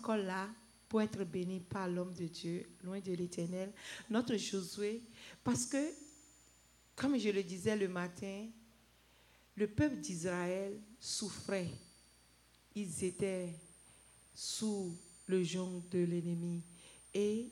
encore là pour être bénis par l'homme de Dieu, loin de l'Éternel. Notre Josué, parce que, comme je le disais le matin, le peuple d'Israël souffrait. Ils étaient sous le joug de l'ennemi. Et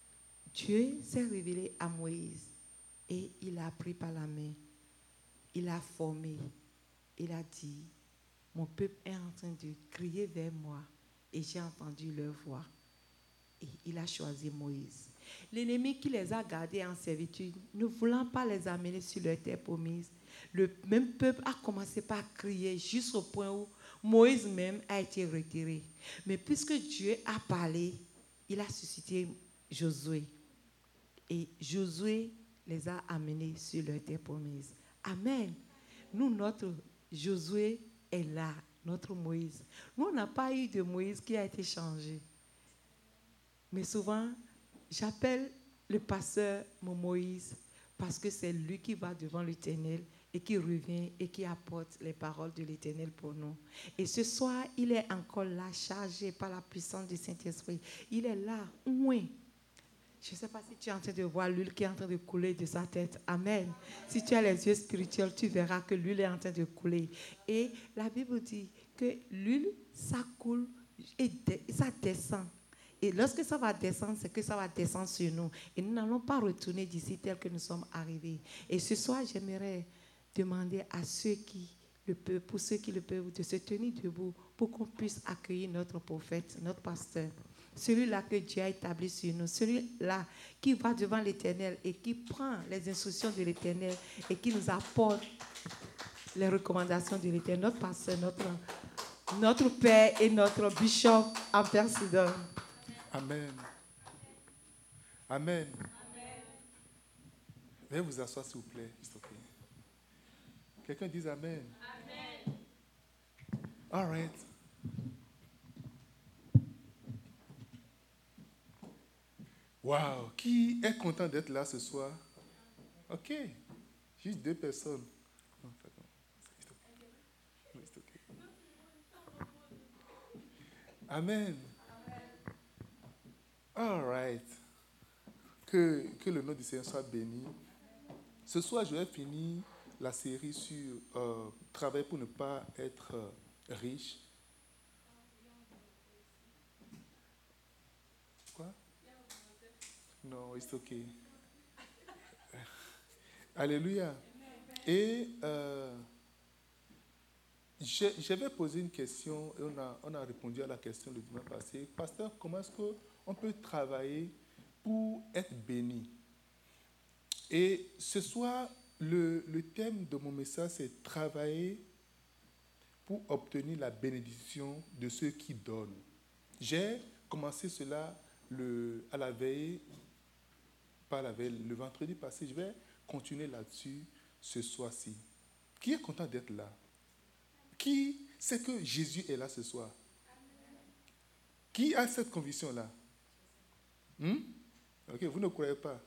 Dieu s'est révélé à Moïse et il a pris par la main. Il a formé. Il a dit, mon peuple est en train de crier vers moi et j'ai entendu leur voix. Et il a choisi Moïse. L'ennemi qui les a gardés en servitude, ne voulant pas les amener sur leur terre promise, le même peuple a commencé par crier jusqu'au point où Moïse même a été retiré. Mais puisque Dieu a parlé, il a suscité Josué. Et Josué les a amenés sur leur terre promise. Amen. Nous, notre Josué est là, notre Moïse. Nous, on n'a pas eu de Moïse qui a été changé. Mais souvent, j'appelle le pasteur mon Moïse parce que c'est lui qui va devant l'Éternel et qui revient et qui apporte les paroles de l'Éternel pour nous. Et ce soir, il est encore là, chargé par la puissance du Saint-Esprit. Il est là, oui. Je ne sais pas si tu es en train de voir l'huile qui est en train de couler de sa tête. Amen. Si tu as les yeux spirituels, tu verras que l'huile est en train de couler. Et la Bible dit que l'huile, ça coule et ça descend. Et lorsque ça va descendre, c'est que ça va descendre sur nous. Et nous n'allons pas retourner d'ici tel que nous sommes arrivés. Et ce soir, j'aimerais demander à ceux qui le peuvent, pour ceux qui le peuvent, de se tenir debout pour qu'on puisse accueillir notre prophète, notre pasteur. Celui-là que Dieu a établi sur nous. Celui-là qui va devant l'Éternel et qui prend les instructions de l'Éternel et qui nous apporte les recommandations de l'Éternel. Notre pasteur, notre Père et notre bishop en Persidon. Amen. Amen. Veuillez vous asseoir, s'il vous plaît. Quelqu'un dit Amen. Amen. All right. Wow. Qui est content d'être là ce soir? OK. Juste 2 personnes. Amen. All right. Que le nom du Seigneur soit béni. Ce soir, je vais finir la série sur travailler pour ne pas être riche. Quoi? Non, it's okay. Alléluia. Et j'avais posé une question et on a répondu à la question le dimanche passé. Pasteur, comment est-ce qu'on peut travailler pour être béni? Et ce soir, le thème de mon message, c'est travailler pour obtenir la bénédiction de ceux qui donnent. J'ai commencé cela à la veille, pas la veille, le vendredi passé. Je vais continuer là-dessus ce soir-ci. Qui est content d'être là? Qui sait que Jésus est là ce soir? Qui a cette conviction-là? Ok, vous ne croyez pas?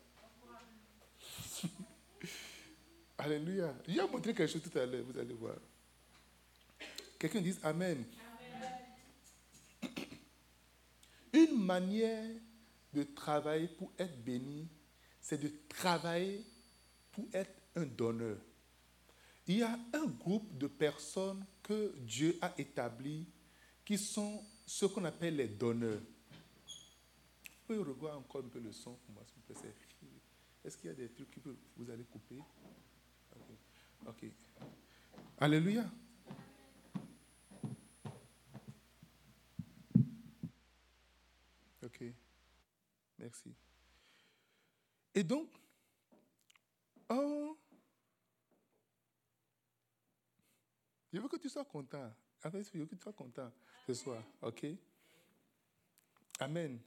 Alléluia. Je vais vous montrer quelque chose tout à l'heure, vous allez voir. Quelqu'un dit Amen. Amen. Une manière de travailler pour être béni, c'est de travailler pour être un donneur. Il y a un groupe de personnes que Dieu a établi qui sont ce qu'on appelle les donneurs. Vous pouvez revoir encore un peu le son pour moi, s'il vous plaît. Est-ce qu'il y a des trucs que vous allez couper? Ok. Alléluia. Ok. Merci. Et donc, je veux que tu sois content. Je veux que tu sois content ce soir. Ok? Amen.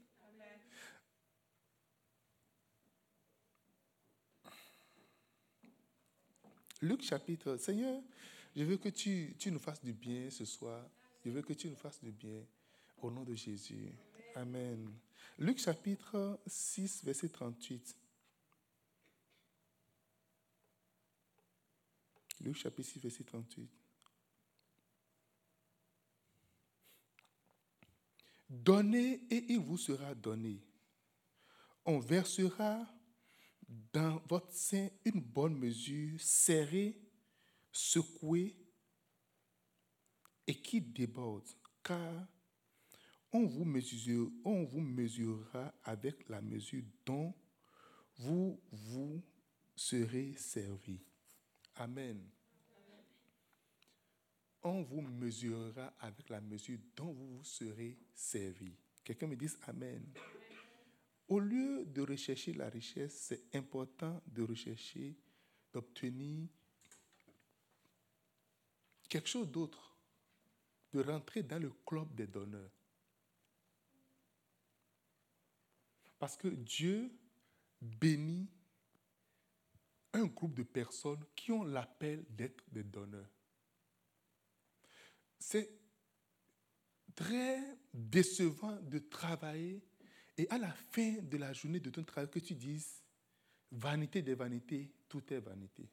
Luc chapitre, Seigneur, je veux que tu nous fasses du bien ce soir. Je veux que tu nous fasses du bien au nom de Jésus. Amen. Luc chapitre 6, verset 38. Luc chapitre 6, verset 38. Donnez et il vous sera donné. On versera dans votre sein une bonne mesure, serrée, secouée et qui déborde, car on vous mesurera avec la mesure dont vous vous serez servi. Amen. On vous mesurera avec la mesure dont vous vous serez servi. Quelqu'un me dise Amen. Au lieu de rechercher la richesse, c'est important de rechercher, d'obtenir quelque chose d'autre, de rentrer dans le club des donneurs. Parce que Dieu bénit un groupe de personnes qui ont l'appel d'être des donneurs. C'est très décevant de travailler et à la fin de la journée de ton travail que tu dises vanité des vanités, tout est vanité.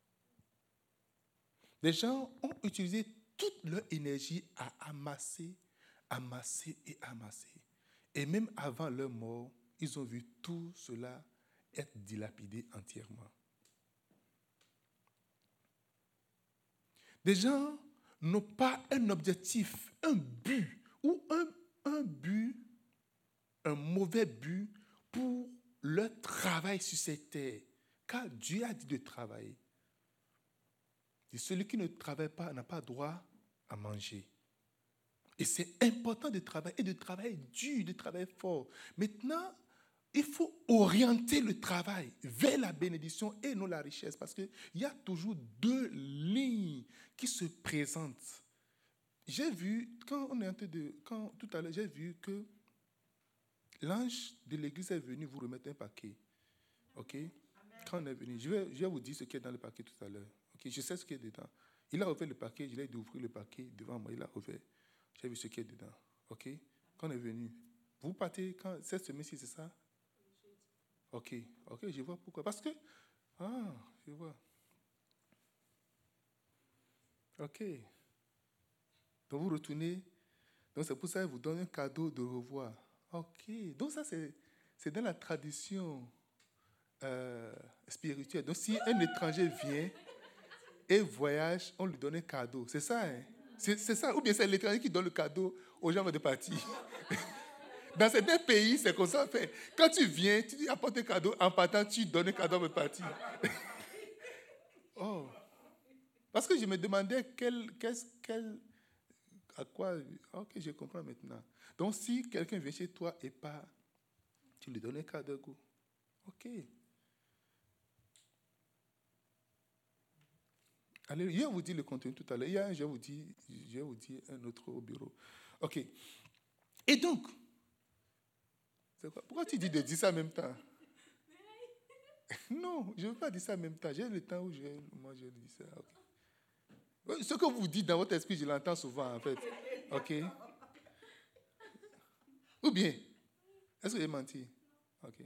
Les gens ont utilisé toute leur énergie à amasser. Et même avant leur mort, ils ont vu tout cela être dilapidé entièrement. Des gens n'ont pas un objectif, un but, ou un but, un mauvais but pour leur travail sur cette terre. Car Dieu a dit de travailler. Et celui qui ne travaille pas n'a pas droit à manger. Et c'est important de travailler, et de travailler dur, de travailler fort. Maintenant, il faut orienter le travail vers la bénédiction et non la richesse. Parce qu'il y a toujours deux lignes qui se présentent. J'ai vu, tout à l'heure, j'ai vu que l'ange de l'église est venu vous remettre un paquet. OK? Amen. Quand on est venu, je vais vous dire ce qui est dans le paquet tout à l'heure. Okay? Je sais ce qui est dedans. Il a ouvert le paquet, je l'ai dit d'ouvrir le paquet devant moi. Il a ouvert. J'ai vu ce qui est dedans. OK? Quand on est venu, vous partez cette semaine-ci, c'est ça? OK, je vois pourquoi. Parce que, je vois. OK. Donc vous retournez. Donc c'est pour ça qu'il vous donne un cadeau de revoir. OK. Donc ça, c'est dans la tradition spirituelle. Donc si un étranger vient et voyage, on lui donne un cadeau. C'est ça, hein? C'est ça. Ou bien c'est l'étranger qui donne le cadeau aux gens de partir. Dans certains pays, c'est comme ça fait. Quand tu viens, tu apportes un cadeau. En partant, tu donnes un cadeau à partir. Oh. Parce que je me demandais à quoi. Ok, je comprends maintenant. Donc, si quelqu'un vient chez toi et pas, tu lui donnes un cadeau. Ok. Allez, je vais vous dire le contenu tout à l'heure. Hier, je vais vous dire un autre au bureau. Ok. Et donc, c'est quoi? Pourquoi tu dis de dire ça en même temps? Non, je ne veux pas dire ça en même temps. J'ai le temps où moi je dis ça. Okay. Ce que vous dites dans votre esprit, je l'entends souvent en fait. Ok. Ou bien, est-ce que j'ai menti? Ok.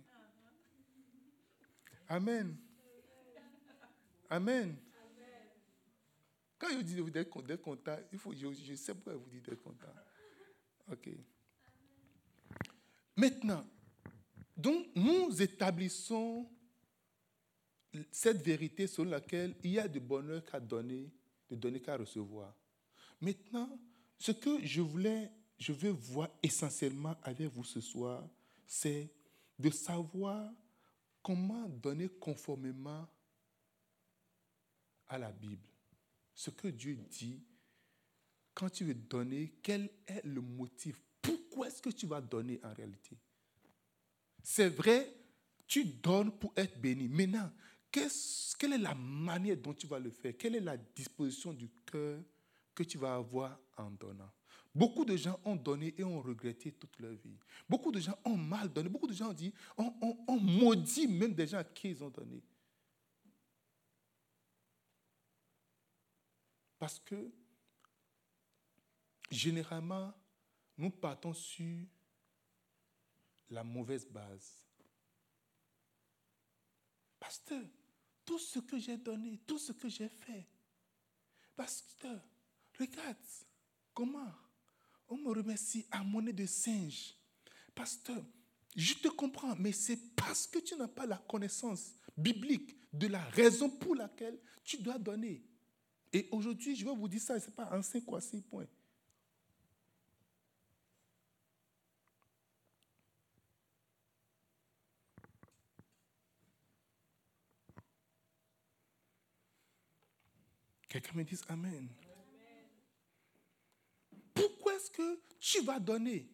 Amen. Amen. Quand je vous dis d'être content, je sais pourquoi je vous dis d'être content. Ok. Maintenant, donc nous établissons cette vérité selon laquelle il y a du bonheur qu'à donner, de donner qu'à recevoir. Maintenant, ce que je veux voir essentiellement avec vous ce soir, c'est de savoir comment donner conformément à la Bible. Ce que Dieu dit, quand tu veux donner, quel est le motif? Pourquoi est-ce que tu vas donner en réalité? C'est vrai, tu donnes pour être béni. Maintenant, quelle est la manière dont tu vas le faire? Quelle est la disposition du cœur que tu vas avoir en donnant? Beaucoup de gens ont donné et ont regretté toute leur vie. Beaucoup de gens ont mal donné. Beaucoup de gens ont maudit même des gens à qui ils ont donné. Parce que, généralement, nous partons sur la mauvaise base. Pasteur, tout ce que j'ai donné, tout ce que j'ai fait. Pasteur, regarde comment On me remercie à monnaie de singe. Pasteur, je te comprends, mais c'est parce que tu n'as pas la connaissance biblique de la raison pour laquelle tu dois donner. Et aujourd'hui, je vais vous dire ça, ce n'est pas en 5 ou 6 points. Quelqu'un me dise Amen. Pourquoi est-ce que tu vas donner?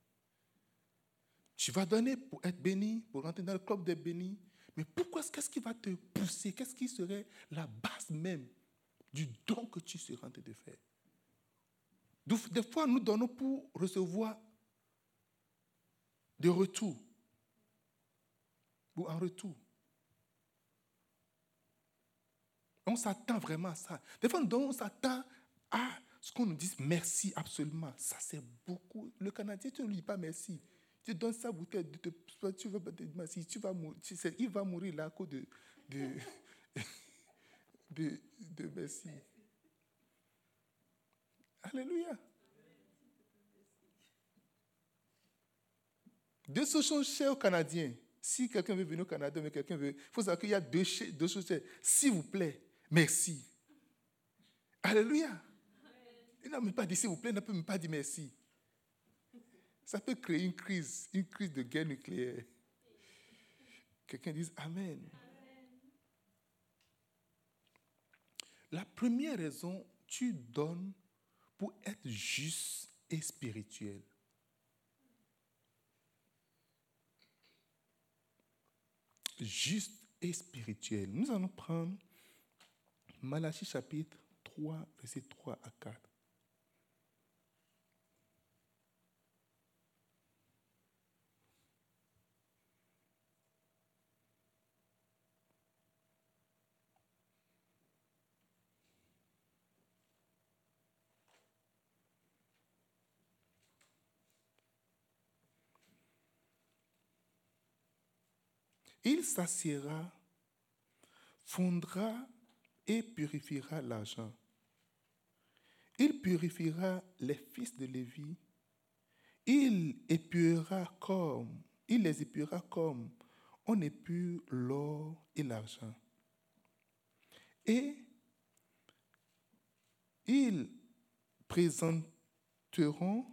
Tu vas donner pour être béni, pour rentrer dans le club des bénis. Mais pourquoi qu'est-ce qui va te pousser? Qu'est-ce qui serait la base même du don que tu seras en train de faire? Des fois, nous donnons pour recevoir des retours. Ou en retour. On s'attend vraiment à ça. Des fois, on s'attend à ce qu'on nous dise merci absolument. Ça, c'est beaucoup. Le Canadien, tu ne lui dis pas merci. Tu donnes sa bouteille, tu veux pas te dire merci. Tu vas mourir, il va mourir là à cause de merci. Alléluia. Deux choses sont chères aux Canadiens. Si quelqu'un veut venir au Canada, mais quelqu'un veut, il faut savoir qu'il y a deux choses chères. S'il vous plaît, merci. Alléluia. Il n'a même pas dit s'il vous plaît, il n'a même pas dit merci. Ça peut créer une crise de guerre nucléaire. Quelqu'un dise Amen. La première raison, tu donnes pour être juste et spirituel. Juste et spirituel. Nous allons prendre Malachie chapitre 3, versets 3 à 4. Il s'assiera, fondra et purifiera l'argent. Il purifiera les fils de Lévi. Il les épurera comme on épure l'or et l'argent. Et ils présenteront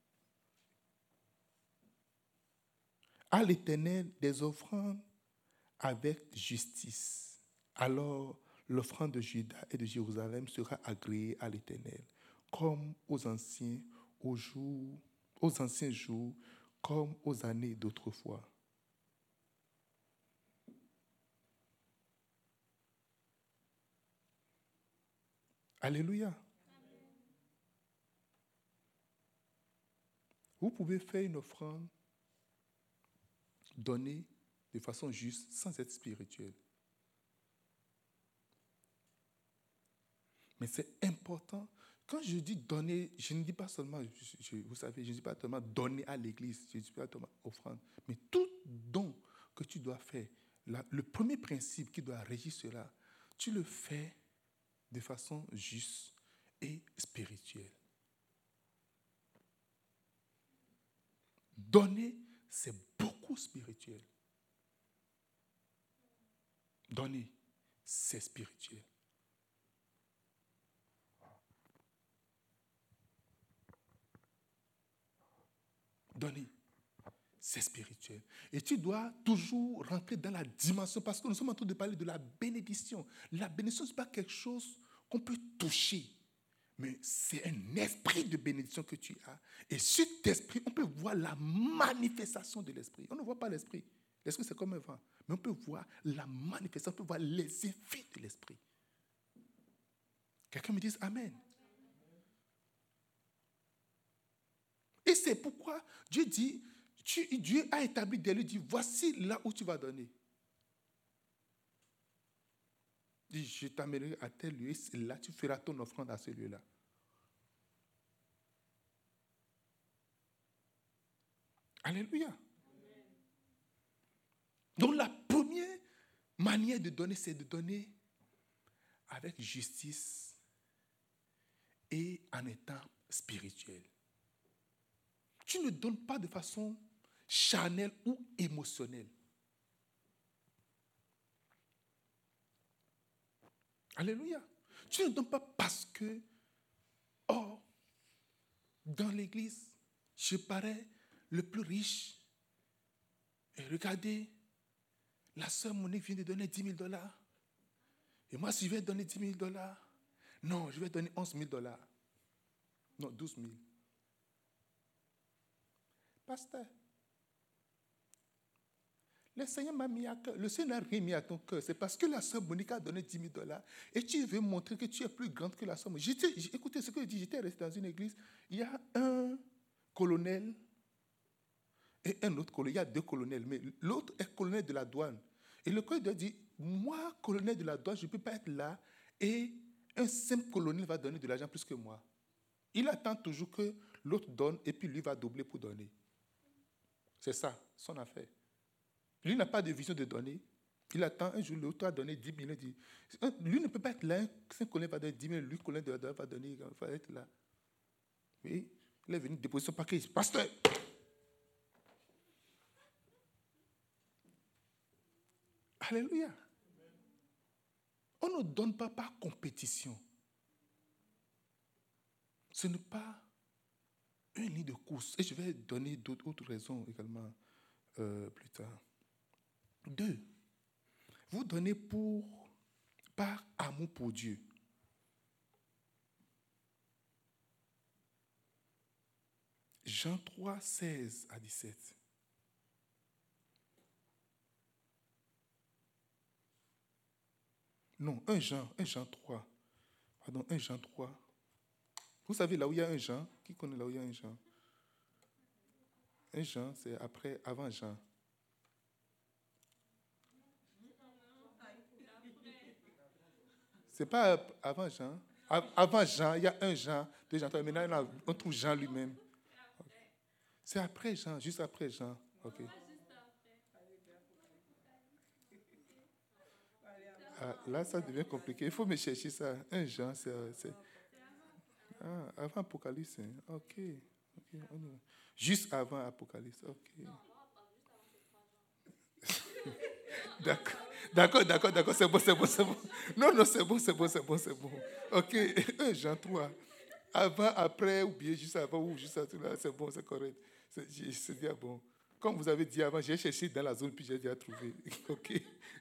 à l'Éternel des offrandes avec justice. Alors l'offrande de Juda et de Jérusalem sera agréée à l'Éternel, comme aux anciens jours, comme aux années d'autrefois. Alléluia. Amen. Vous pouvez faire une offrande, donner de façon juste, sans être spirituel. Mais c'est important. Quand je dis donner, je ne dis pas seulement, vous savez, je ne dis pas seulement donner à l'église, je ne dis pas seulement offrande, mais tout don que tu dois faire, le premier principe qui doit régir cela, tu le fais de façon juste et spirituelle. Donner, c'est beaucoup spirituel. Donner, c'est spirituel. Donner, c'est spirituel. Et tu dois toujours rentrer dans la dimension, parce que nous sommes en train de parler de la bénédiction. La bénédiction, ce n'est pas quelque chose qu'on peut toucher, mais c'est un esprit de bénédiction que tu as. Et cet esprit, on peut voir la manifestation de l'esprit. On ne voit pas l'esprit. L'esprit, c'est comme un vent. Mais on peut voir la manifestation, on peut voir les effets de l'esprit. Quelqu'un me dise Amen. Et c'est pourquoi Dieu dit, Dieu a établi des lieux, dit, voici là où tu vas donner. Il dit, je t'amènerai à tel lieu, et là tu feras ton offrande à ce lieu-là. Alléluia. Amen. Donc la première manière de donner, c'est de donner avec justice et en étant spirituel. tu ne donnes pas de façon charnelle ou émotionnelle. Alléluia. Tu ne donnes pas parce que, oh, dans l'église, je parais le plus riche. Et regardez, la sœur Monique vient de donner 10 000 $. Et moi, si je vais donner 10 000 $, non, je vais donner 11 000 $. Non, 12 000. Pasteur, le Seigneur m'a mis à cœur. Le Seigneur n'a rien mis à ton cœur. C'est parce que la sœur Monique a donné 10 000 $ et tu veux montrer que tu es plus grande que la sœur Monique. Écoutez ce que je dis. J'étais resté dans une église. Il y a un colonel et un autre colonel. Il y a 2 colonels, mais l'autre est colonel de la douane. Et le colonel dit, moi, colonel de la douane, je ne peux pas être là et un simple colonel va donner de l'argent plus que moi. Il attend toujours que l'autre donne et puis lui va doubler pour donner. C'est ça, son affaire. Lui n'a pas de vision de donner. Il attend un jour, l'autre a donné 10 000. Il dit, lui ne peut pas être là. Un colonel va donner 10 000, lui, colonel de la douane va donner, il va être là. Oui, il est venu déposer son paquet. Il dit, pasteur, alléluia. On ne donne pas par compétition. Ce n'est pas une ligne de course. Et je vais donner d'autres raisons également plus tard. 2. Vous donnez par amour pour Dieu. Jean 3, 16 à 17. Non, 1 Jean 3. Pardon, 1 Jean 3. Vous savez là où il y a un Jean? Qui connaît là où il y a un Jean? Un Jean, c'est avant Jean. C'est pas avant Jean. Avant Jean, il y a un Jean, 2 Jean, 3. Maintenant, on trouve Jean lui-même. Okay. C'est après Jean, juste après Jean. Ok. Ah, là, ça devient compliqué. Il faut me chercher ça. Un Jean, c'est avant Apocalypse. Hein. Ok. Juste avant Apocalypse. Ok. D'accord. C'est bon. Non, c'est bon. Ok. 1 Jean 3. Avant, après, ou bien juste avant, ou juste après, là, c'est bon, c'est correct. C'est bien bon. Comme vous avez dit avant, j'ai cherché dans la zone, puis j'ai déjà trouvé. Ok.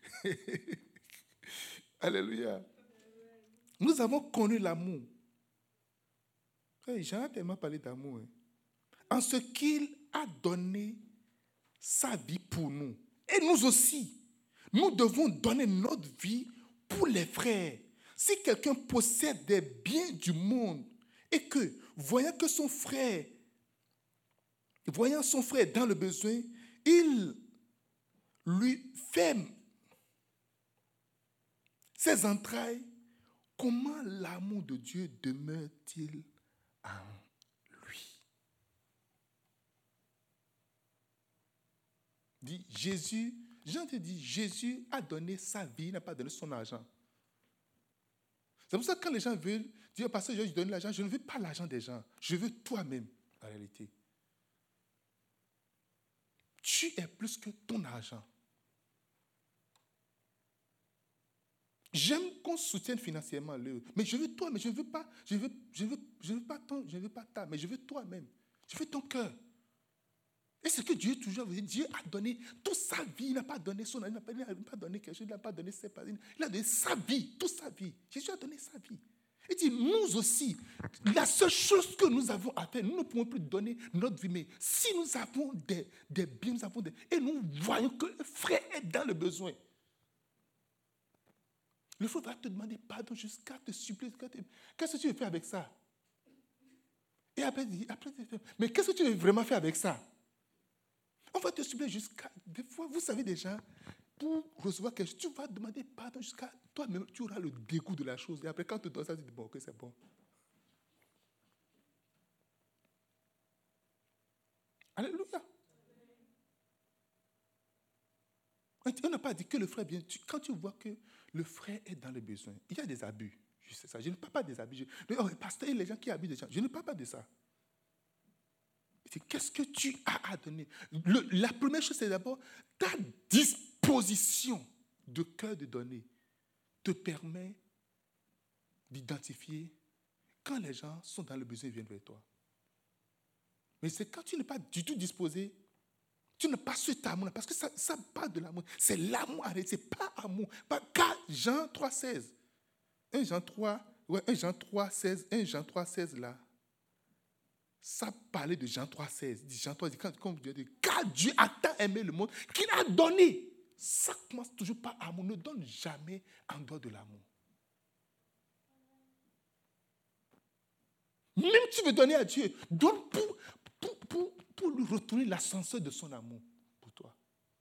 Alléluia. Nous avons connu l'amour. Jean a tellement parlé d'amour. Hein. En ce qu'il a donné sa vie pour nous. Et nous aussi. Nous devons donner notre vie pour les frères. Si quelqu'un possède des biens du monde et que, voyant son frère dans le besoin, il lui ferme ses entrailles, comment l'amour de Dieu demeure-t-il en lui? Dit Jésus, Jean te dit, Jésus a donné sa vie, il n'a pas donné son argent. C'est pour ça que quand les gens veulent dire, parce que je donne l'argent, je ne veux pas l'argent des gens, je veux toi-même, en réalité. Tu es plus que ton argent. J'aime qu'on soutienne financièrement l'œuvre, mais je veux toi, mais je ne veux pas, je veux pas ta, mais je veux toi-même. Je veux ton cœur. Et c'est ce que Dieu toujours vous dit. Dieu a donné toute sa vie. Il n'a pas donné son âme, il n'a pas donné quelque chose, il n'a pas donné ses parents. Il a donné sa vie, toute sa vie. Jésus a donné sa vie. Il dit, nous aussi, la seule chose que nous avons à faire, nous ne pouvons plus donner notre vie, mais si nous avons des biens, et nous voyons que le frère est dans le besoin, le frère va te demander pardon jusqu'à te supplier. Qu'est-ce que tu veux faire avec ça? Et après, mais qu'est-ce que tu veux vraiment faire avec ça? On va te supplier jusqu'à... Des fois, vous savez déjà, pour recevoir quelque chose, tu vas demander pardon jusqu'à... Toi-même, tu auras le dégoût de la chose. Et après, quand tu donnes ça, tu dis, bon, ok, c'est bon. Alléluia. On n'a pas dit que le frère vient... Quand tu vois que le frère est dans le besoin, il y a des abus. Je sais ça. Je ne parle pas des abus. Pasteur, les gens qui abusent des gens, je ne parle pas de ça. Qu'est-ce que tu as à donner? La première chose, c'est d'abord ta disposition de cœur de donner te permet d'identifier quand les gens sont dans le besoin et viennent vers toi. Mais c'est quand tu n'es pas du tout disposé, tu n'as pas cet amour, parce que ça parle de l'amour. C'est l'amour arrêté, c'est pas amour. Car Jean 3,16. 1 Jean 3,16 là. Ça parlait de Jean 3,16. Jean 3 dit, quand Dieu dit, car Dieu a tant aimé le monde qu'il a donné. Ça commence toujours par amour. Ne donne jamais en dehors de l'amour. Même si tu veux donner à Dieu, donne pour lui retourner l'ascenseur de son amour pour toi.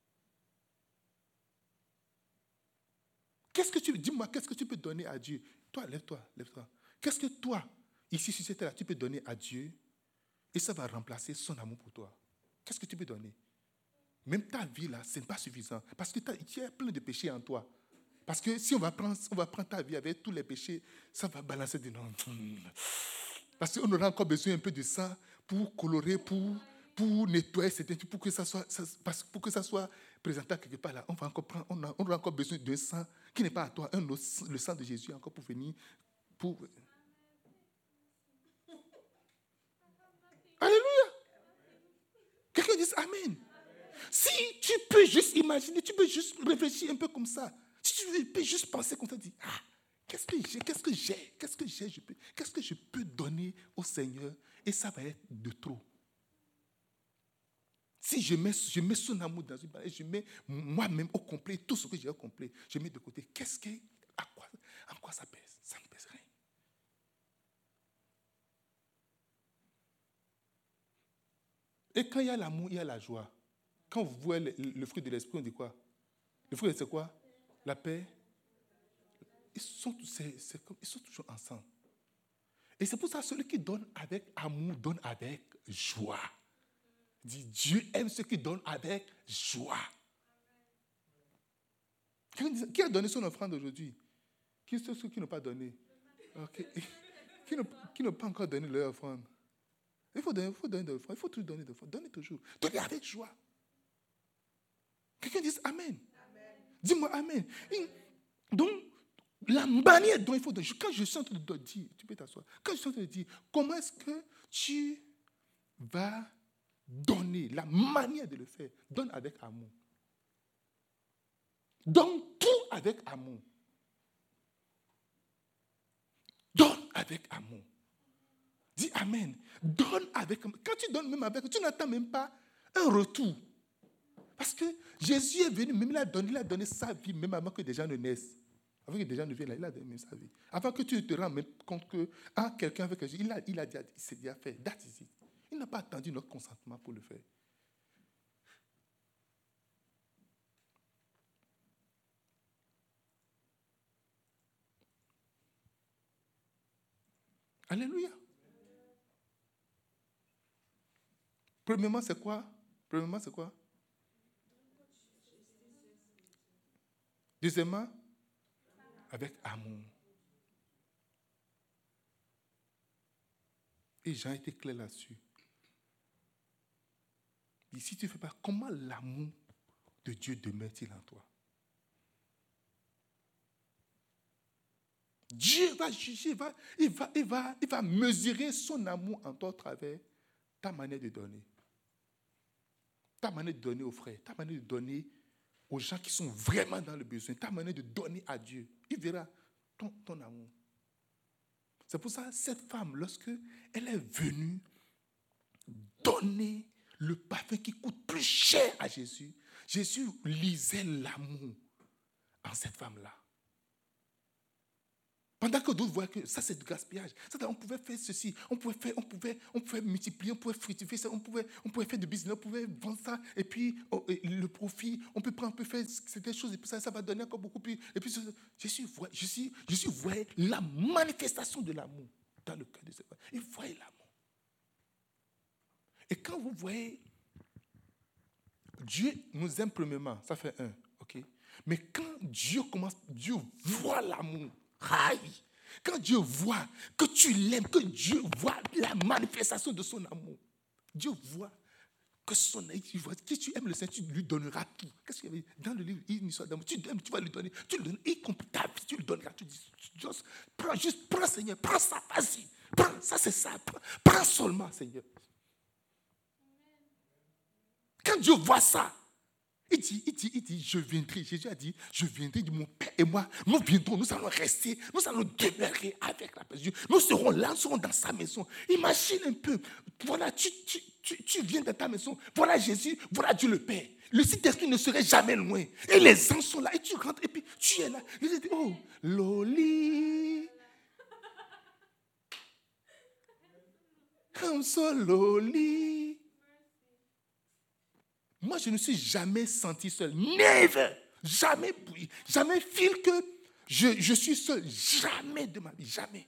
Dis-moi, qu'est-ce que tu peux donner à Dieu? Toi, lève-toi. Qu'est-ce que toi, ici sur cette terre, tu peux donner à Dieu et ça va remplacer son amour pour toi? Qu'est-ce que tu peux donner? Même ta vie, là, ce n'est pas suffisant. Parce que tu as plein de péchés en toi. Parce que si on va prendre ta vie avec tous les péchés, ça va balancer des noms. Parce qu'on aura encore besoin un peu de sang pour colorer, pour nettoyer, pour que ça soit présentable quelque part là. On aura encore besoin d'un sang qui n'est pas à toi, le sang de Jésus encore pour venir. Alléluia. Quelqu'un dit Amen. Si tu peux juste imaginer, tu peux juste réfléchir un peu comme ça. Si tu peux juste penser comme ça, dis qu'est-ce que je peux donner au Seigneur et ça va être de trop. Si je mets son amour dans une balance, je mets moi-même au complet, tout ce que j'ai au complet, je mets de côté. En quoi ça pèse? Ça ne pèse rien. Et quand il y a l'amour, il y a la joie. Quand vous voyez le fruit de l'esprit, on dit quoi? Le fruit, c'est quoi? La paix. Ils sont toujours ensemble. Et c'est pour ça que celui qui donne avec amour donne avec joie. Dit Dieu aime ceux qui donnent avec joie. Qui a donné son offrande aujourd'hui? Qui sont ceux qui n'ont pas donné? Okay. Qui n'ont pas encore donné leur offrande? Il faut donner de l'offrande. Il faut toujours donner de l'offrande. Donnez toujours. Donnez avec joie. Quelqu'un dit Amen. Dis-moi Amen. Donc, la manière dont il faut donner. Quand je suis en train de dire, tu peux t'asseoir. Quand je suis en train de dire, comment est-ce que tu vas donner, la manière de le faire, donne avec amour. Donne tout avec amour. Donne avec amour. Dis Amen. Donne avec amour. Quand tu donnes même avec, tu n'attends même pas un retour. Parce que Jésus est venu, même il a donné sa vie, même avant que des gens ne naissent. Avant que des gens ne viennent là, il a donné sa vie. Avant que tu te rends même compte que quelqu'un avec Jésus, il s'est déjà fait. That's it. Il n'a pas attendu notre consentement pour le faire. Alléluia. Premièrement, c'est quoi? Deuxièmement, avec amour. Et Jean était clair là-dessus. Et si tu ne fais pas, comment l'amour de Dieu demeure-t-il en toi? Dieu va juger, il va mesurer son amour en toi à travers ta manière de donner. Ta manière de donner aux frères, ta manière de donner aux gens qui sont vraiment dans le besoin, ta manière de donner à Dieu. Il verra ton amour. C'est pour ça que cette femme, lorsque elle est venue donner le parfum qui coûte plus cher à Jésus, Jésus lisait l'amour en cette femme-là. Pendant que d'autres voient que ça, c'est du gaspillage. On pouvait faire ceci, on pouvait multiplier, on pouvait fructifier ça, on pouvait faire du business, on pouvait vendre ça, et puis le profit, on peut faire certaines choses, et puis ça va donner encore beaucoup plus. Et puis Jésus voyait la manifestation de l'amour dans le cœur de cette femme. Il voyait l'amour. Et quand vous voyez, Dieu nous aime premièrement, ça fait 1, ok? Mais quand Dieu voit l'amour, quand Dieu voit que tu l'aimes, que Dieu voit la manifestation de son amour, Dieu voit que son œil, tu vois, si tu aimes le Seigneur, tu lui donneras tout. Qu'est-ce qu'il y avait dans le livre, une histoire d'amour. Tu aimes, tu vas lui donner, tu lui donnes, y compris ta vie, tu lui donneras. Tu dis, prends Seigneur, prends ça, vas-y. Prends, ça c'est ça, prends seulement Seigneur. Quand Dieu voit ça, il dit, je viendrai. Jésus a dit, je viendrai, mon Père et moi, nous viendrons, nous allons rester, nous allons demeurer avec la personne. Nous serons là, nous serons dans sa maison. Imagine un peu, voilà, tu viens de ta maison, voilà Jésus, voilà Dieu le Père. Le Saint-Esprit ne serait jamais loin. Et les anges sont là, et tu rentres, et puis tu es là. Il dit, oh, Loli. I'm so Loli. Moi, je ne suis jamais senti seul. Never. Jamais feel que je suis seul. Jamais de ma vie. Jamais.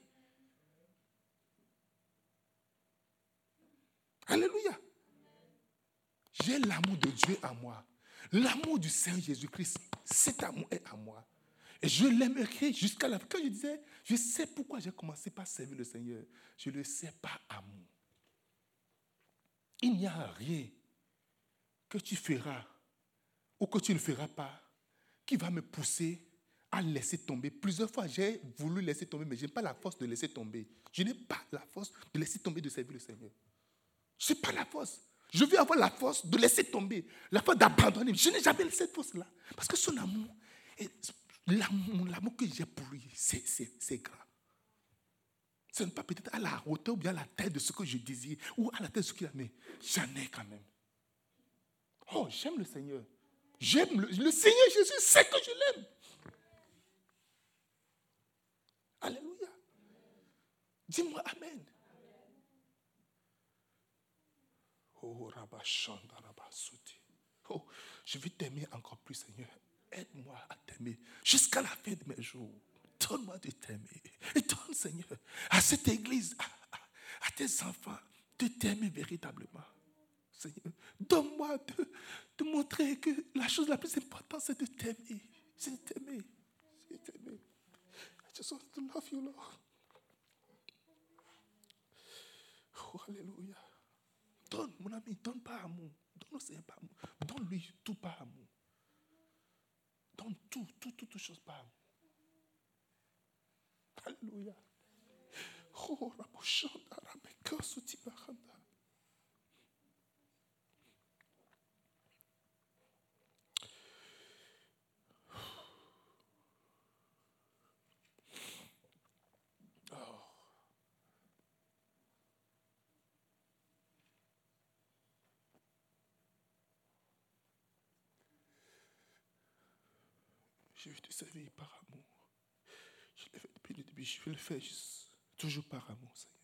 Alléluia. J'ai l'amour de Dieu en moi. L'amour du Seigneur Jésus-Christ, cet amour est en moi. Et je l'aimerai jusqu'à la fin. Quand je disais, je sais pourquoi j'ai commencé par servir le Seigneur. Je le sais par amour. Il n'y a rien que tu feras ou que tu ne feras pas qui va me pousser à laisser tomber. Plusieurs fois, j'ai voulu laisser tomber, mais je n'ai pas la force de laisser tomber. Je n'ai pas la force de laisser tomber de servir le Seigneur. Je n'ai pas la force. Je veux avoir la force de laisser tomber, la force d'abandonner. Je n'ai jamais cette force-là. Parce que son amour, l'amour que j'ai pour lui, c'est grand. Ce n'est pas peut-être à la hauteur ou bien à la tête de ce que je désire ou à la tête de ce qu'il a, mais j'en ai quand même. Oh, j'aime le Seigneur. J'aime le Seigneur Jésus, c'est que je l'aime. Alléluia. Dis-moi Amen. Oh, oh, je veux t'aimer encore plus, Seigneur. Aide-moi à t'aimer jusqu'à la fin de mes jours. Donne-moi de t'aimer. Et donne, Seigneur, à cette église, à tes enfants, de t'aimer véritablement. Seigneur, donne-moi de montrer que la chose la plus importante, c'est de t'aimer. C'est de t'aimer. C'est de t'aimer. I just want to love you, Lord. Oh, alléluia. Donne, mon ami, donne par amour. Donne au Seigneur par amour. Donne-lui tout par amour. Donne toute chose par amour. Alléluia. Oh, Raboshanda, Rabeka, Sotibaranda. Je vais te servir par amour. Je l'ai fait depuis le début. Je vais le faire toujours par amour, Seigneur.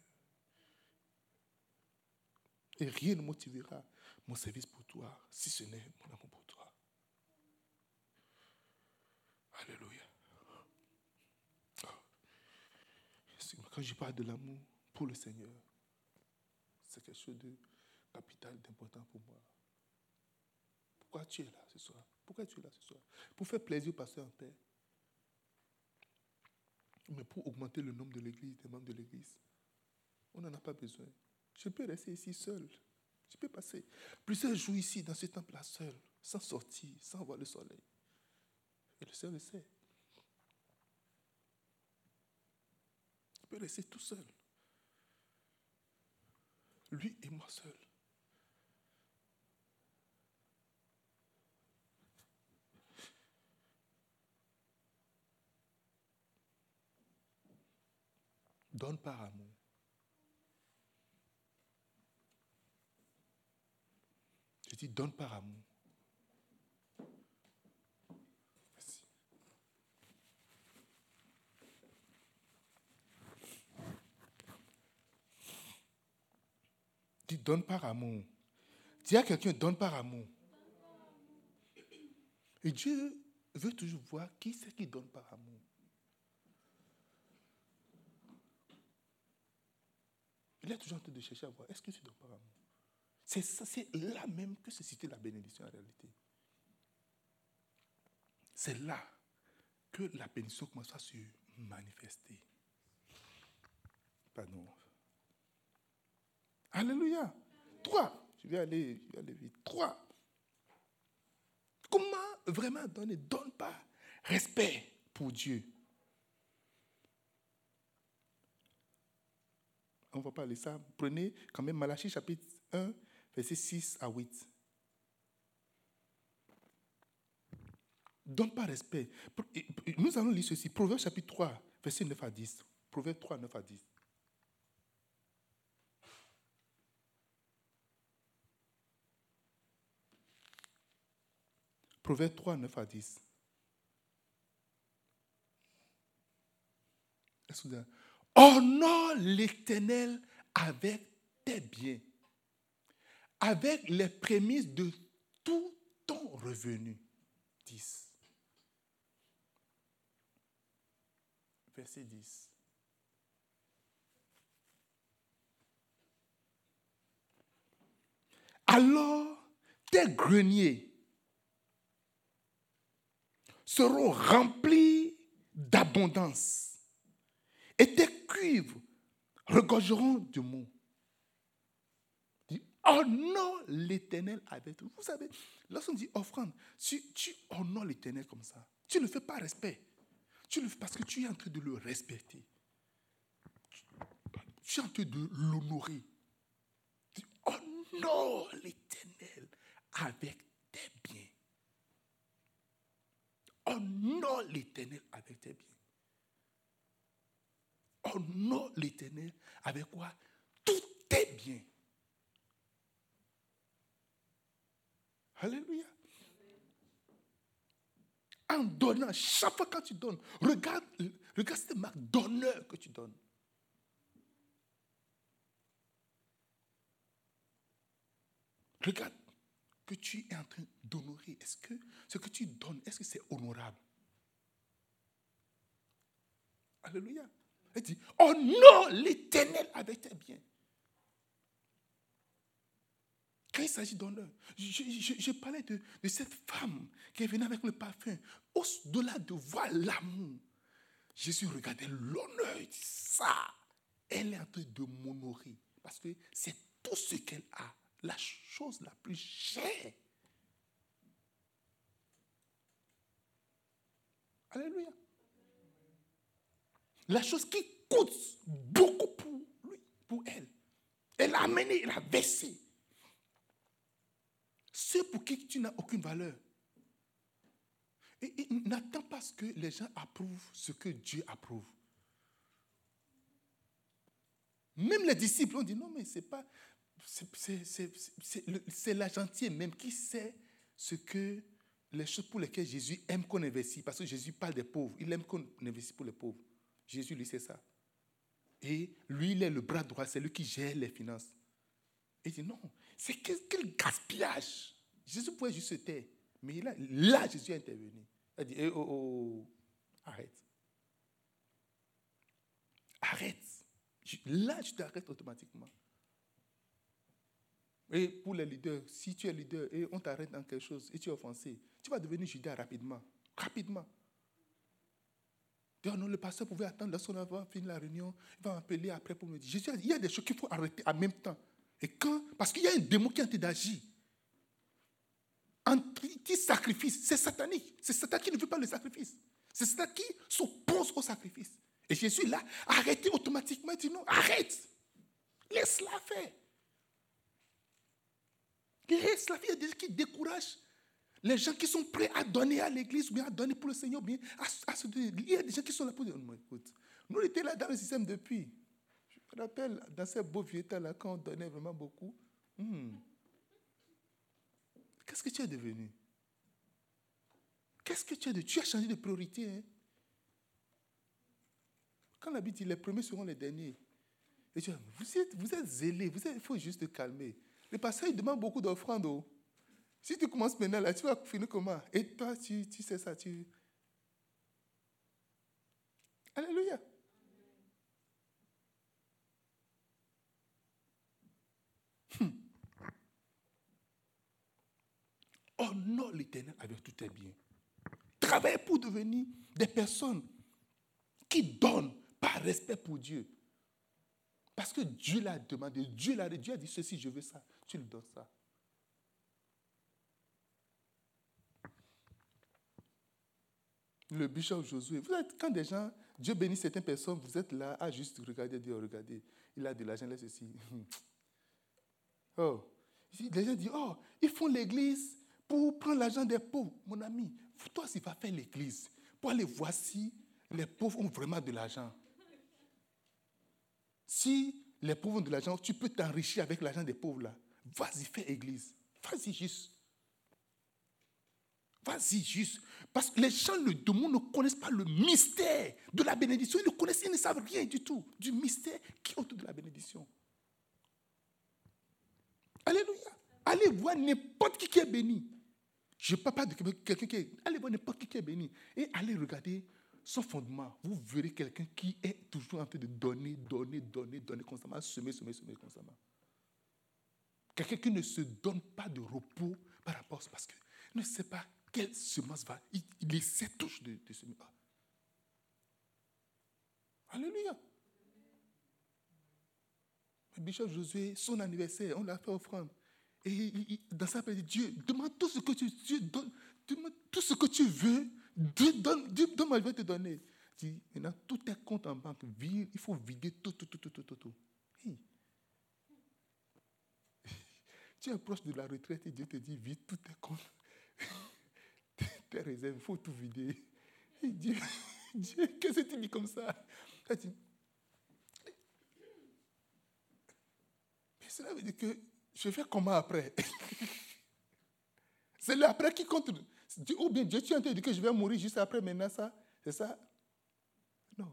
Et rien ne motivera mon service pour toi, si ce n'est mon amour pour toi. Alléluia. Quand je parle de l'amour pour le Seigneur, c'est quelque chose de capital, d'important pour moi. Pourquoi tu es là ce soir? Pourquoi tu es là ce soir? Pour faire plaisir au pasteur en paix. Mais pour augmenter le nombre de l'église, des membres de l'église. On n'en a pas besoin. Je peux rester ici seul. Je peux passer plusieurs jours ici, dans ce temple-là, seul, sans sortir, sans voir le soleil. Et le Seigneur le sait. Je peux rester tout seul. Lui et moi seul. Donne par amour. Je dis donne par amour. Merci. Dis donne par amour. Dis à quelqu'un donne par amour. Et Dieu veut toujours voir qui c'est qui donne par amour. Il est toujours en train de chercher à voir est-ce que tu donnes par amour. C'est ça, c'est là même que se situe la bénédiction en réalité. C'est là que la bénédiction commence à se manifester. Pardon. Alléluia. 3. Je vais aller vite. 3. Comment vraiment donner? Donne pas respect pour Dieu. On ne va pas lire ça. Prenez quand même Malachie chapitre 1, versets 6 à 8. Donne pas respect. Nous allons lire ceci. Proverbe chapitre 3, versets 9 à 10. Proverbe 3, 9 à 10. Proverbe 3, 9 à 10. Honore l'Éternel avec tes biens, avec les prémices de tout ton revenu. 10. Verset 10. Alors tes greniers seront remplis d'abondance et tes cuivres regorgeront de mou. Honore l'Éternel avec tout. Vous savez, lorsqu'on dit offrande, si tu honores l'Éternel comme ça, tu ne le fais pas respect. Tu le fais parce que tu es en train de le respecter. Tu es en train de l'honorer. Honore l'Éternel avec tes biens. Honore l'Éternel avec tes biens. Honore l'Éternel avec quoi? Tous tes biens. Alléluia. En donnant, chaque fois que tu donnes, regarde cette marque d'honneur que tu donnes. Regarde que tu es en train d'honorer. Est-ce que ce que tu donnes, est-ce que c'est honorable? Alléluia. Elle dit, honore l'Éternel avec tes biens. Quand il s'agit d'honneur, je parlais de cette femme qui est venue avec le parfum. Au-delà de voir l'amour, Jésus regardait l'honneur. Il dit, ça, elle est en train de m'honorer. Parce que c'est tout ce qu'elle a. La chose la plus chère. Alléluia. La chose qui coûte beaucoup pour lui, pour elle. Elle l'a amené, elle l'a versé. Ceux pour qui tu n'as aucune valeur. Et n'attends pas ce que les gens approuvent ce que Dieu approuve. Même les disciples ont dit non, mais c'est pas. C'est la gentille même qui sait ce que les choses pour lesquelles Jésus aime qu'on investit. Parce que Jésus parle des pauvres. Il aime qu'on investisse pour les pauvres. Jésus, lui, c'est ça. Et lui, il est le bras droit. C'est lui qui gère les finances. Il dit non, c'est quel gaspillage. Jésus pouvait juste se taire. Mais là, Jésus est intervenu. Il a dit, arrête. Arrête. Là, je t'arrête automatiquement. Et pour les leaders, si tu es leader et on t'arrête dans quelque chose et tu es offensé, tu vas devenir Judas rapidement. Rapidement. Non, le pasteur pouvait attendre lorsqu'on va finir la réunion, il va m'appeler après pour me dire. Jésus a dit, il y a des choses qu'il faut arrêter en même temps. Et quand, parce qu'il y a un démon qui est en train d'agir. Anti-sacrifice, c'est satanique. C'est Satan qui ne veut pas le sacrifice. C'est Satan qui s'oppose au sacrifice. Et Jésus, là, a arrêté automatiquement. Il dit non, arrête. Laisse-la faire. Laisse-la faire. Il y a des gens qui découragent les gens qui sont prêts à donner à l'église, ou bien à donner pour le Seigneur, bien à se donner. Il y a des gens qui sont là pour dire, non, écoute, nous étions là dans le système depuis. Je me rappelle, dans ces beaux vieux temps-là, quand on donnait vraiment beaucoup. Qu'est-ce que tu es devenu? Qu'est-ce que tu es devenu? Tu as changé de priorité. Hein? Quand la Bible dit les premiers seront les derniers. Et tu dis, vous êtes zélés, il faut juste te calmer. Le pasteur, il demande beaucoup d'offrandes. Oh. Si tu commences maintenant, là, tu vas finir comment? Et toi, tu sais ça, Alléluia. Honore l'Éternel avec tous tes biens. Travaille pour devenir des personnes qui donnent par respect pour Dieu. Parce que Dieu l'a demandé. Dieu a dit ceci, je veux ça. Tu lui donnes ça. Le bishop Josué, vous êtes, quand des gens, Dieu bénit certaines personnes, vous êtes là à juste regarder, dire, regardez, il a de l'argent, laisse ceci. Oh, les gens disent, oh, ils font l'église pour prendre l'argent des pauvres. Mon ami, toi, s'il va faire l'église, pour aller voir si les pauvres ont vraiment de l'argent. Si les pauvres ont de l'argent, tu peux t'enrichir avec l'argent des pauvres là. Vas-y, fais église. Vas-y juste. Vas-y juste. Parce que les gens du monde ne connaissent pas le mystère de la bénédiction. Ils ne savent rien du tout du mystère qui est autour de la bénédiction. Alléluia. Allez voir n'importe qui est béni. Je ne parle pas de quelqu'un qui est... Allez voir n'importe qui est béni. Et allez regarder son fondement. Vous verrez quelqu'un qui est toujours en train de donner constamment, semer constamment. Quelqu'un qui ne se donne pas de repos par rapport à ça, parce qu'il ne sait pas quelle semence va. Il essaie toujours de semer. Alléluia. Le bishop Josué, son anniversaire, on l'a fait offrande. Et dans sa prière, Dieu, demande tout ce que demande tout ce que tu veux, donne-moi, je vais te donner. Il dit, maintenant, tout est compte en banque, il faut vider tout. Hey. Tu es proche de la retraite et Dieu te dit, vide tout tes comptes. Tes réserves, il faut tout vider. Et Dieu, qu'est-ce que tu dis comme ça? Mais cela veut dire que je fais comment après? C'est l'après qui compte. Ou bien Dieu, tu es en train de dire que je vais mourir juste après, maintenant, ça? C'est ça? Non.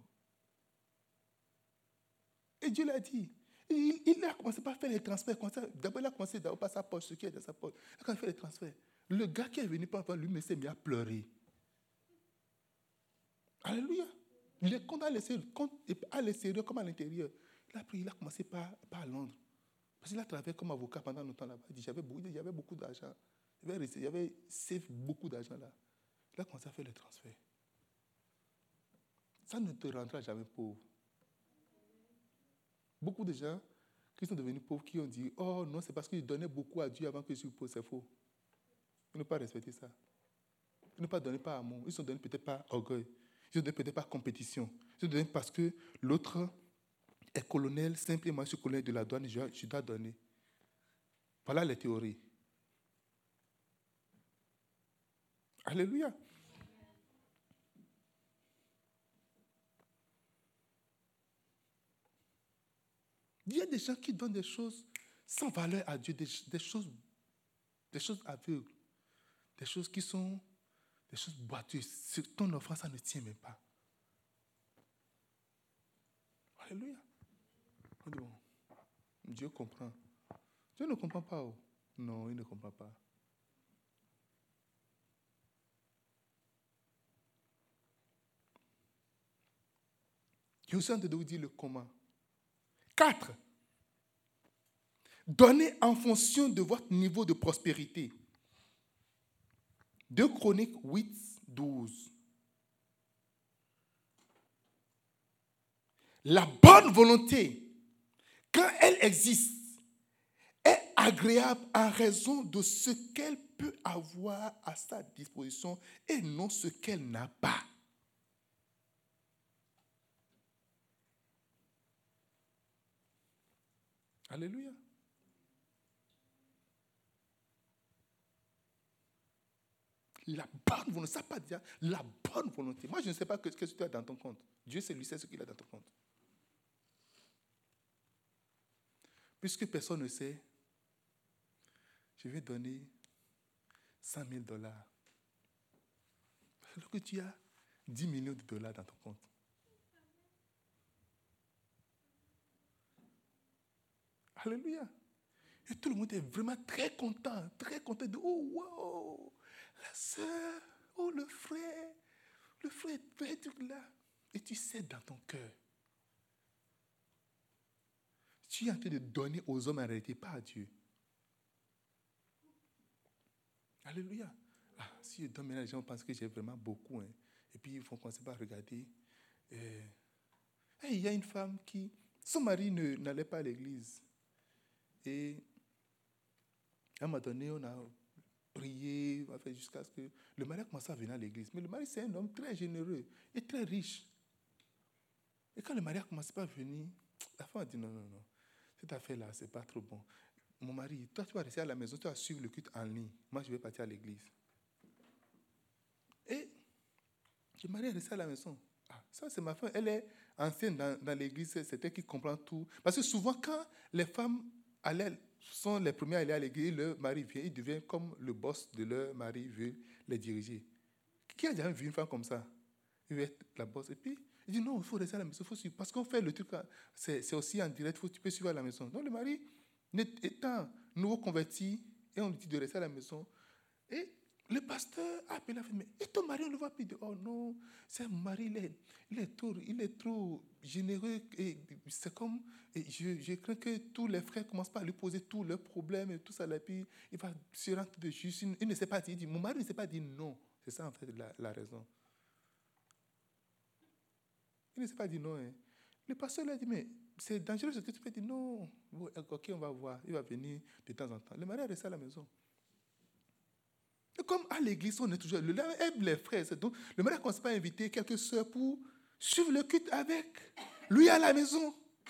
Et Dieu l'a dit. Il a commencé par faire les transferts. D'abord, il a commencé par sa poche, ce qui est dans sa poche. Il a commencé à faire les transferts. Le gars qui est venu par lui, il s'est mis à pleurer. Alléluia. Les comptes à l'extérieur comme à l'intérieur. Il a commencé par Londres. Parce qu'il a travaillé comme avocat pendant longtemps là-bas. Il dit, il y avait beaucoup d'argent. Il y avait beaucoup d'argent là. Il a commencé à faire les transferts. Ça ne te rendra jamais pauvre. Beaucoup de gens qui sont devenus pauvres, qui ont dit, oh non, c'est parce qu'ils donnaient beaucoup à Dieu avant que je sois pauvre. C'est faux. Ils n'ont pas respecté ça. Ils n'ont pas donné par amour. Ils sont donnés peut-être par orgueil. Ils sont donnés peut-être par compétition. Ils sont donnés parce que l'autre est colonel, simple et moi je suis colonel de la douane, je dois donner. Voilà les théories. Alléluia. Il y a des gens qui donnent des choses sans valeur à Dieu, des choses aveugles, des choses qui sont des choses boiteuses. Ton offrande, ça ne tient même pas. Alléluia. On dit, bon, Dieu comprend. Dieu ne comprend pas. Oh. Non, il ne comprend pas. Je suis en train de vous dire le comment. 4. Donnez en fonction de votre niveau de prospérité. 2 Chroniques 8, 12. La bonne volonté, quand elle existe, est agréable en raison de ce qu'elle peut avoir à sa disposition et non ce qu'elle n'a pas. Alléluia. La bonne volonté, ça pas dire la bonne volonté. Moi, je ne sais pas ce que tu as dans ton compte. Dieu, c'est lui, sait ce qu'il a dans ton compte. Puisque personne ne sait, je vais donner $100,000. Alors que tu as 10 millions de dollars dans ton compte. Alléluia. Et tout le monde est vraiment très content de, oh, wow, la sœur, oh, le frère est tout là. Et tu sais dans ton cœur, tu es en train de donner aux hommes en réalité, pas à Dieu. Alléluia. Ah, si je donne, les gens pensent que j'ai vraiment beaucoup. Hein. Et puis, ils vont commencer par regarder. Il y a une femme qui Son mari n'allait pas à l'église. Et à un moment donné, on a prié, on a fait jusqu'à ce que le mari a commencé à venir à l'église. Mais le mari, c'est un homme très généreux et très riche. Et quand le mari a commencé à venir, la femme a dit non, cette affaire-là, ce n'est pas trop bon. Mon mari, toi, tu vas rester à la maison, tu vas suivre le culte en ligne. Moi, je vais partir à l'église. Et le mari est resté à la maison. Ah, ça, c'est ma femme. Elle est ancienne dans l'église, c'est elle qui comprend tout. Parce que souvent, quand les femmes sont les premières à aller à l'église, leur mari vient, il devient comme le boss de leur mari, veut les diriger. Qui a déjà vu une femme comme ça? Il veut être la boss. Et puis, il dit non, il faut rester à la maison, il faut suivre. Parce qu'on fait le truc, c'est aussi en direct, tu peux suivre à la maison. Donc, le mari, étant nouveau converti, et on lui dit de rester à la maison, et le pasteur a appelé la femme, mais et ton mari, on le voit plus. Oh non, c'est mon mari, il est trop généreux. Et c'est comme, et je crains que tous les frères commencent pas à lui poser tous leurs problèmes et tout ça. Et puis, il va se rendre de justice. Il ne sait pas dire, il dit, mon mari ne sait pas dire non. C'est ça, en fait, la raison. Il ne sait pas dire non. Hein. Le pasteur lui a dit, mais c'est dangereux ce que tu fais. Il dit, non, ok, on va voir. Il va venir de temps en temps. Le mari est resté à la maison. Et comme à l'église, on est toujours... Les frères, donc, le mari commence pas à inviter quelques soeurs pour suivre le culte avec lui à la maison.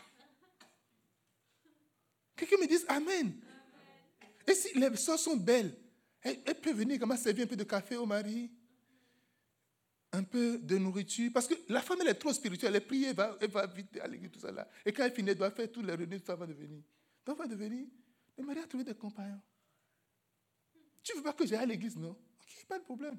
Quelqu'un me dise Amen. Et si les soeurs sont belles, elles peuvent venir comment servir un peu de café au mari, un peu de nourriture. Parce que la femme, elle est trop spirituelle. Elle prie, elle va vite à l'église, tout ça là. Et quand elle finit, elle doit faire tous les réunions, tout ça va devenir. Donc, va devenir. Le mari a trouvé des compagnons. Tu ne veux pas que j'aille à l'église, non? Ok, pas de problème.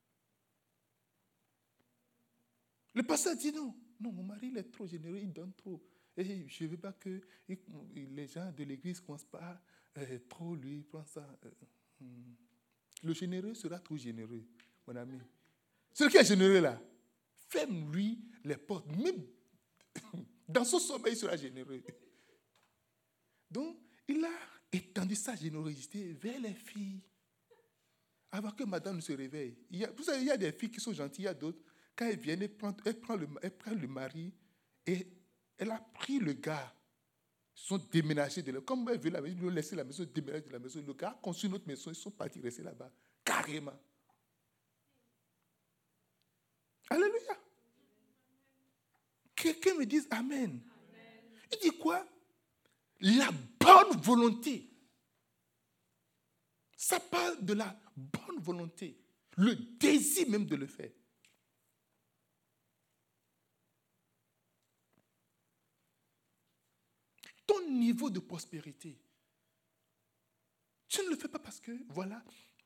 Le pasteur dit non. Non, mon mari, il est trop généreux, il donne trop. Et je ne veux pas que les gens de l'église ne commencent pas trop lui prendre ça. Le généreux sera trop généreux, mon ami. Celui qui est généreux là, ferme-lui les portes. Même dans son sommeil, il sera généreux. Donc, il a étendu sa générosité vers les filles. Avant que madame ne se réveille. Vous savez, il y a des filles qui sont gentilles, il y a d'autres. Quand elles viennent, elles prennent le mari et elle a pris le gars. Ils sont déménagés de là. Comme elle veut la maison, ils lui ont laissé la maison, déménager de la maison. Le gars a construit une autre maison, ils sont partis rester là-bas. Carrément. Alléluia. Quelqu'un me dise Amen. Il dit quoi? La bonne volonté. Ça parle de la bonne volonté, le désir même de le faire. Ton niveau de prospérité, tu ne le fais pas parce que, voilà,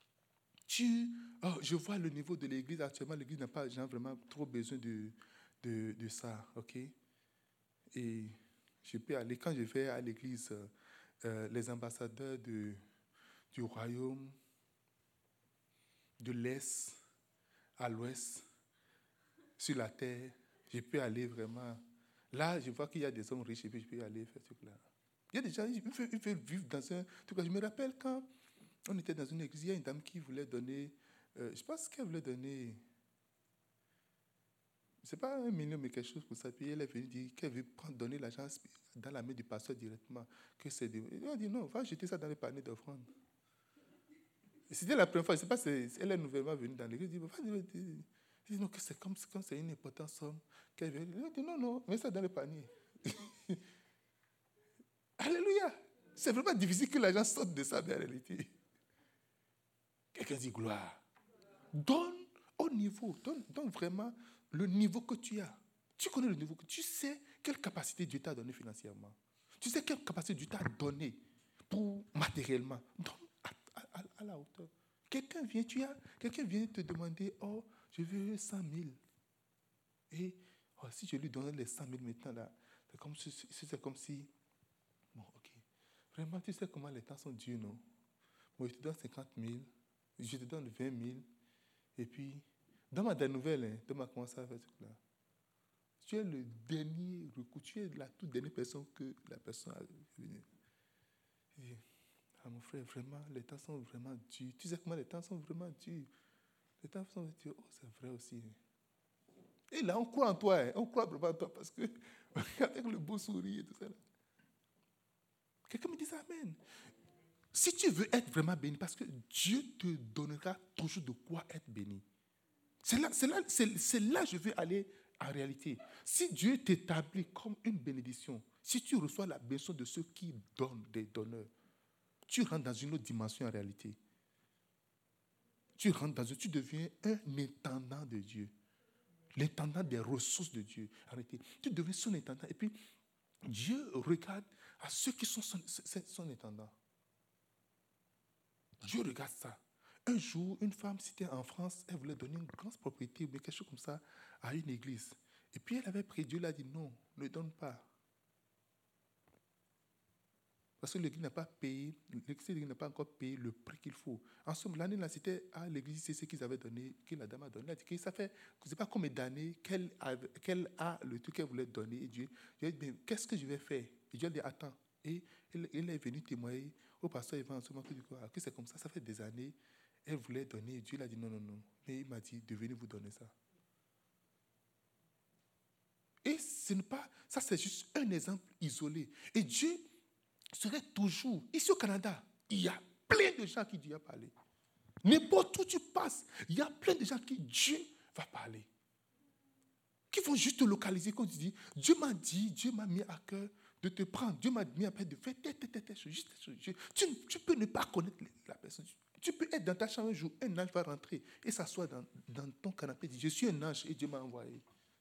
je vois le niveau de l'église actuellement, l'église n'a pas vraiment trop besoin de ça, ok? Et je peux aller, quand je vais à l'église, les ambassadeurs du royaume, de l'Est à l'Ouest, sur la terre, je peux aller vraiment. Là, je vois qu'il y a des hommes riches et puis je peux y aller faire ce truc-là. Il y a des gens, ils veulent vivre dans un truc. Je me rappelle quand on était dans une église, il y a une dame qui voulait donner, je pense qu'elle voulait donner, c'est pas 1 million, mais quelque chose pour ça. Puis elle est venue dire qu'elle veut donner l'argent dans la main du pasteur directement. Elle a dit non, va jeter ça dans les paniers d'offrande. C'était la première fois, je ne sais pas, elle est nouvellement venue dans l'église. Elle dit non, que c'est comme c'est une importante somme. Elle dit non, mets ça dans le panier. Alléluia. C'est vraiment difficile que l'argent sorte de ça, mais en réalité. Quelqu'un dit gloire. Donne au niveau, donne vraiment le niveau que tu as. Tu connais le niveau que tu sais quelle capacité Dieu t'a donné financièrement. Tu sais quelle capacité Dieu t'a donné pour matériellement. Donne à la hauteur. Quelqu'un vient te demander, oh, je veux 100 000. Et si je lui donne les 100 000 maintenant, là, c'est comme si, bon, ok, vraiment, tu sais comment les temps sont durs, non? Bon, je te donne 50 000, je te donne 20 000, et puis, donne-moi des nouvelles, hein, donne-moi comment ça va faire, là. Tu es le dernier recours, tu es la toute dernière personne que la personne a venue. Ah, mon frère, vraiment, les temps sont vraiment durs. Tu sais comment les temps sont vraiment durs. Les temps sont durs. Oh, c'est vrai aussi. Et là, on croit en toi. Hein. On croit vraiment en toi parce que Avec le beau sourire et tout ça. Quelqu'un me dit Amen. Si tu veux être vraiment béni, parce que Dieu te donnera toujours de quoi être béni. C'est là que je veux aller en réalité. Si Dieu t'établit comme une bénédiction, si tu reçois la bénédiction de ceux qui donnent, des donneurs, tu rentres dans une autre dimension en réalité. Tu deviens un intendant de Dieu. L'intendant des ressources de Dieu. En réalité, tu deviens son intendant. Et puis, Dieu regarde à ceux qui sont son intendant. Dieu regarde ça. Un jour, une femme, c'était en France, elle voulait donner une grande propriété ou quelque chose comme ça à une église. Et puis elle avait prié, Dieu lui a dit non, ne donne pas. Parce que l'église n'a pas payé, l'église n'a pas encore payé le prix qu'il faut. En somme, l'année-là, c'était à l'église, c'est ce qu'ils avaient donné, que la dame a donné. Elle a dit que ça fait, je ne sais pas combien d'années qu'elle a le truc qu'elle voulait donner. Et Dieu a dit, qu'est-ce que je vais faire? Et Dieu a dit, attends. Et il est venu témoigner au pasteur Yvan en ce moment que c'est comme ça fait des années. Elle voulait donner, Dieu l'a dit non. Mais il m'a dit de venir vous donner ça. Et ce n'est pas, ça c'est juste un exemple isolé. Et Dieu serait toujours, ici au Canada, il y a plein de gens qui Dieu a parlé. N'importe où tu passes, il y a plein de gens qui Dieu va parler. Qui vont juste te localiser quand tu dis, Dieu m'a mis à cœur de te prendre. Dieu m'a mis à cœur de faire telle chose. Tu peux ne pas connaître la personne. Tu peux être dans ta chambre un jour, un ange va rentrer et s'asseoir dans ton canapé et dire, je suis un ange et Dieu m'a envoyé.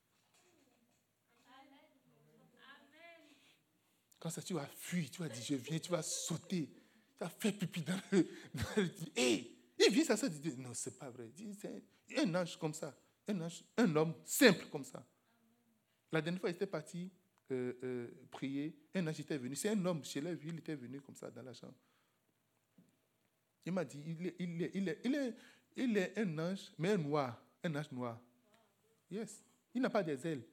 Quand ça, tu vas fuir, tu vas dire, je viens, tu vas sauter, tu vas faire pipi dans le hey, il vient s'asseoir et dit, non, c'est pas vrai. C'est un ange comme ça, un homme simple comme ça. La dernière fois, il était parti prier, un ange était venu. C'est un homme, chez lui, il était venu comme ça dans la chambre. Il m'a dit, il est un ange, mais un ange noir. Yes. Il n'a pas des ailes.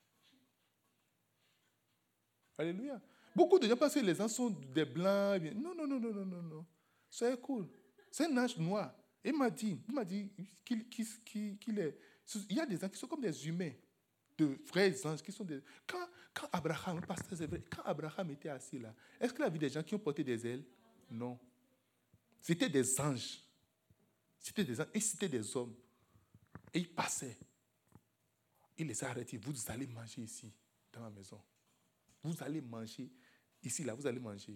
Alléluia. Beaucoup de gens pensent que les anges sont des blancs. Non. C'est cool. C'est un ange noir. Il m'a dit qu'il est. Il y a des anges qui sont comme des humains, de vrais anges qui sont des. Quand Abraham, pasteur, c'est vrai, quand Abraham était assis là, est-ce qu'il a vu des gens qui ont porté des ailes? Non. C'était des anges. C'était des anges et c'était des hommes. Et ils passaient. Il les a arrêtés. Vous allez manger ici, dans ma maison. Vous allez manger ici, là, vous allez manger.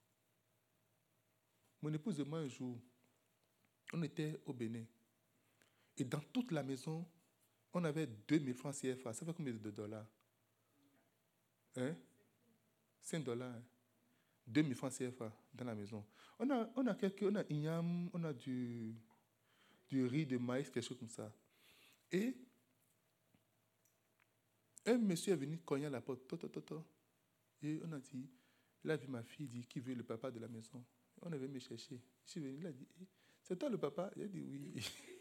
Mon épouse et moi, un jour, on était au Bénin. Et dans toute la maison, on avait 2000 francs CFA. Ça fait combien de dollars? 5 dollars. 2000 francs CFA dans la maison. On a igname, on a du riz, de maïs, quelque chose comme ça. Et un monsieur est venu cogner à la porte. Et on a dit, il a vu ma fille, il dit, qui veut le papa de la maison? On est venu me chercher. Je suis venu, il a dit, c'est toi le papa? Il a dit oui.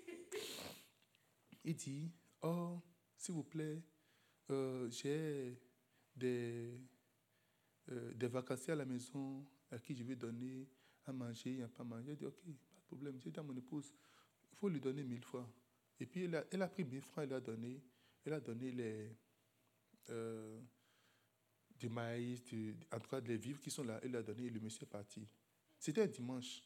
Il dit, oh, s'il vous plaît, j'ai des vacanciers à la maison à qui je vais donner à manger, il n'y a pas à manger. Il a dit, ok, pas de problème. J'ai dit à mon épouse, il faut lui donner 1000 francs. Et puis, elle a pris 1000 francs, elle a donné du maïs, en tout cas des vivres qui sont là, elle a donné et le monsieur est parti. C'était un dimanche.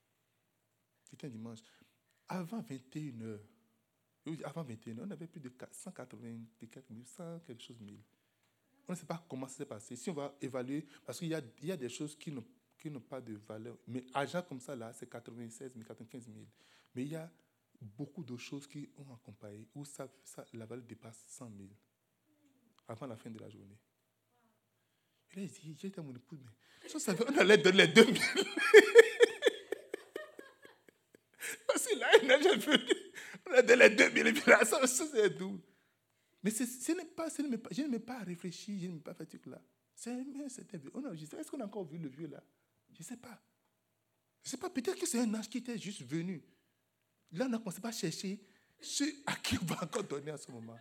Avant 21h, on avait plus de 180 quelque chose 1000. On ne sait pas comment ça s'est passé. Si on va évaluer, parce qu'il y a des choses qui n'ont pas de valeur. Mais argent comme ça, là, c'est 96 000, 95 000. Mais il y a beaucoup de choses qui ont accompagné, où la valeur dépasse 100 000 avant la fin de la journée. Et là, il dit, j'ai dit à mon épouse, mais ça savait, on allait donner les 2 000. Parce que là, on a donné les 2 000, et puis là, ça c'est double. Mais je ne m'ai pas réfléchi, je ne m'ai pas fait ce truc-là. Est-ce qu'on a encore vu le vieux là? Je ne sais pas. Je ne sais pas, peut-être que c'est un ange qui était juste venu. Là, on a commencé à chercher ceux à qui on va encore donner à ce moment.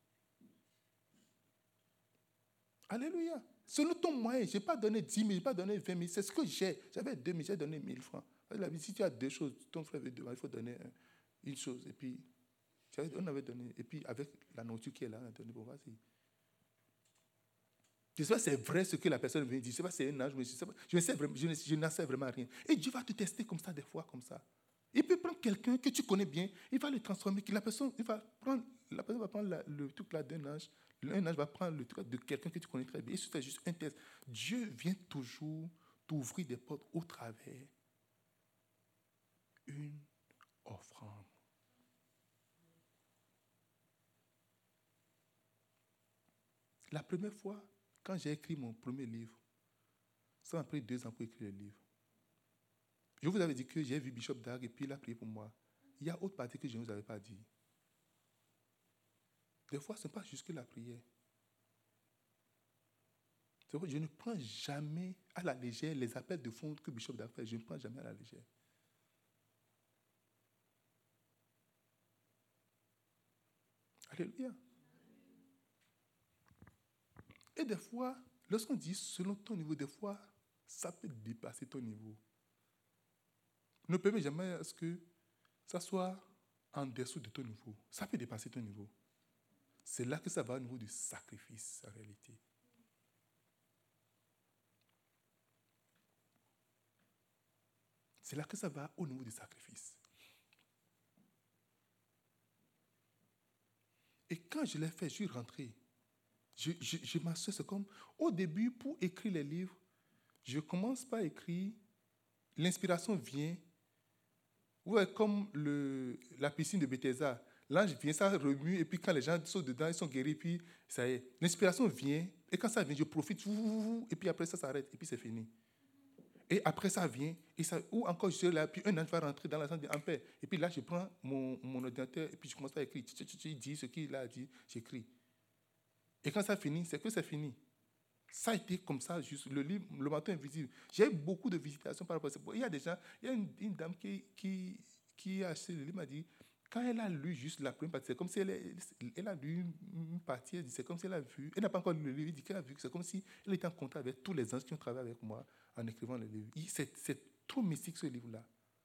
Alléluia. Selon ton moyen, je n'ai pas donné 10 000, je n'ai pas donné 20 000. C'est ce que j'ai. J'avais 2 000, j'ai donné 1 000 francs. Si tu as 2 choses, ton frère veut 2, il faut donner une chose. Et puis, on avait donné. Et puis, avec la nourriture qui est là, on a donné. Bon, vas-y. Je ne sais pas si c'est vrai ce que la personne vient dire. Je ne sais pas si c'est un ange. Je n'en sais vraiment rien. Et Dieu va te tester comme ça, des fois, comme ça. Il peut prendre quelqu'un que tu connais bien, il va le transformer. La personne va prendre le truc là d'un ange. Un ange va prendre le truc de quelqu'un que tu connais très bien. Et c'est juste un test. Dieu vient toujours t'ouvrir des portes au travers une offrande. La première fois, quand j'ai écrit mon premier livre, ça m'a pris 2 ans pour écrire le livre. Je vous avais dit que j'ai vu Bishop Dag et puis il a prié pour moi. Il y a autre partie que je ne vous avais pas dit. Des fois, ce n'est pas juste que la prière. Je ne prends jamais à la légère les appels de fonds que Bishop Dag fait. Je ne prends jamais à la légère. Alléluia. Et des fois, lorsqu'on dit selon ton niveau, des fois, ça peut dépasser ton niveau. Ne permets jamais à ce que ça soit en dessous de ton niveau. Ça peut dépasser ton niveau. C'est là que ça va au niveau du sacrifice, en réalité. C'est là que ça va au niveau du sacrifice. Et quand je l'ai fait, je suis rentré. Je m'assois, c'est comme, au début, pour écrire les livres, je commence par écrire, l'inspiration vient, ouais, comme la piscine de Bethesda. L'ange vient, ça remue, et puis quand les gens sautent dedans, ils sont guéris, puis ça y est. L'inspiration vient, et quand ça vient, je profite, et puis après ça s'arrête, et puis c'est fini. Et après ça vient, ou encore je suis là, puis un ange va rentrer dans la salle en paix. Et puis là, je prends mon ordinateur, et puis je commence à écrire. Il dit ce qu'il a dit, j'écris. Et quand ça finit, c'est que c'est fini. Ça a été comme ça, juste le livre, le manteau invisible. J'ai eu beaucoup de visitations par rapport à ça. Il y a des gens, il y a une dame qui a acheté le livre, m'a dit, quand elle a lu juste la première partie, c'est comme si elle a lu une partie, c'est comme si elle a vu, elle n'a pas encore lu le livre, elle dit qu'elle a vu, c'est comme si elle était en contact avec tous les anges qui ont travaillé avec moi en écrivant le livre. C'est trop mystique ce livre-là.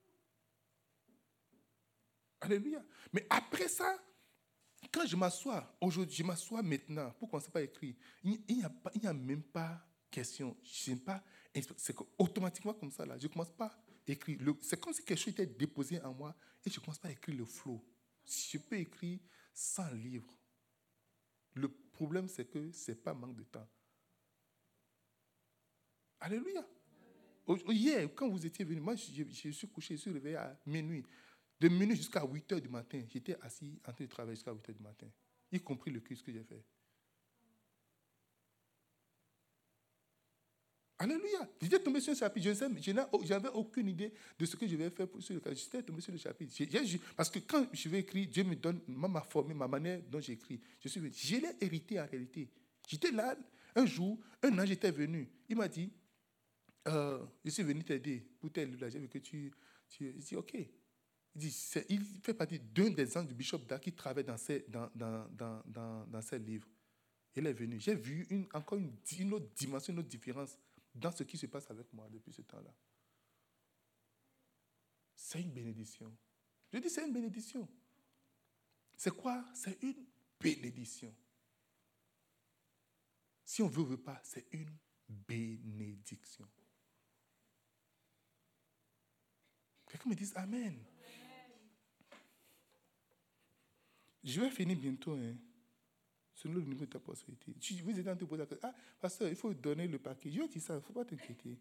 Alléluia. Mais après ça, quand je m'assois, aujourd'hui, je m'assois maintenant pour commencer par écrire, il n'y a même pas question. C'est automatiquement comme ça, là. Je ne commence pas à écrire. C'est comme si quelque chose était déposé en moi et je commence pas à écrire le flow. Je peux écrire 100 livres. Le problème, c'est que ce n'est pas manque de temps. Alléluia. Hier, quand vous étiez venus, moi, je suis couché, je suis réveillé à minuit. De minuit jusqu'à 8 h du matin, j'étais assis en train de travailler jusqu'à 8 h du matin, y compris le culte que j'ai fait. Alléluia. J'étais tombé sur le chapitre. Je n'avais aucune idée de ce que je vais faire sur le chapitre. J'étais tombé sur le chapitre. Parce que quand je vais écrire, Dieu me donne ma forme, ma manière dont j'écris. Je l'ai hérité en réalité. J'étais là, un jour, un ange était venu. Il m'a dit, je suis venu t'aider pour tel livre. J'ai vu que tu... Je dis, OK. Il fait partie d'un des anges du Bishop Dag qui travaille dans ses livres. Il est venu. J'ai vu encore une autre dimension, une autre différence dans ce qui se passe avec moi depuis ce temps-là. C'est une bénédiction. Je dis c'est une bénédiction. C'est quoi? C'est une bénédiction. Si on ne veut pas, c'est une bénédiction. Quelqu'un me dise Amen. Je vais finir bientôt. Selon le niveau de ta possibilité. Vous êtes en train de poser la question. Ah, pasteur, il faut donner le paquet. Je dis ça, il ne faut pas t'inquiéter.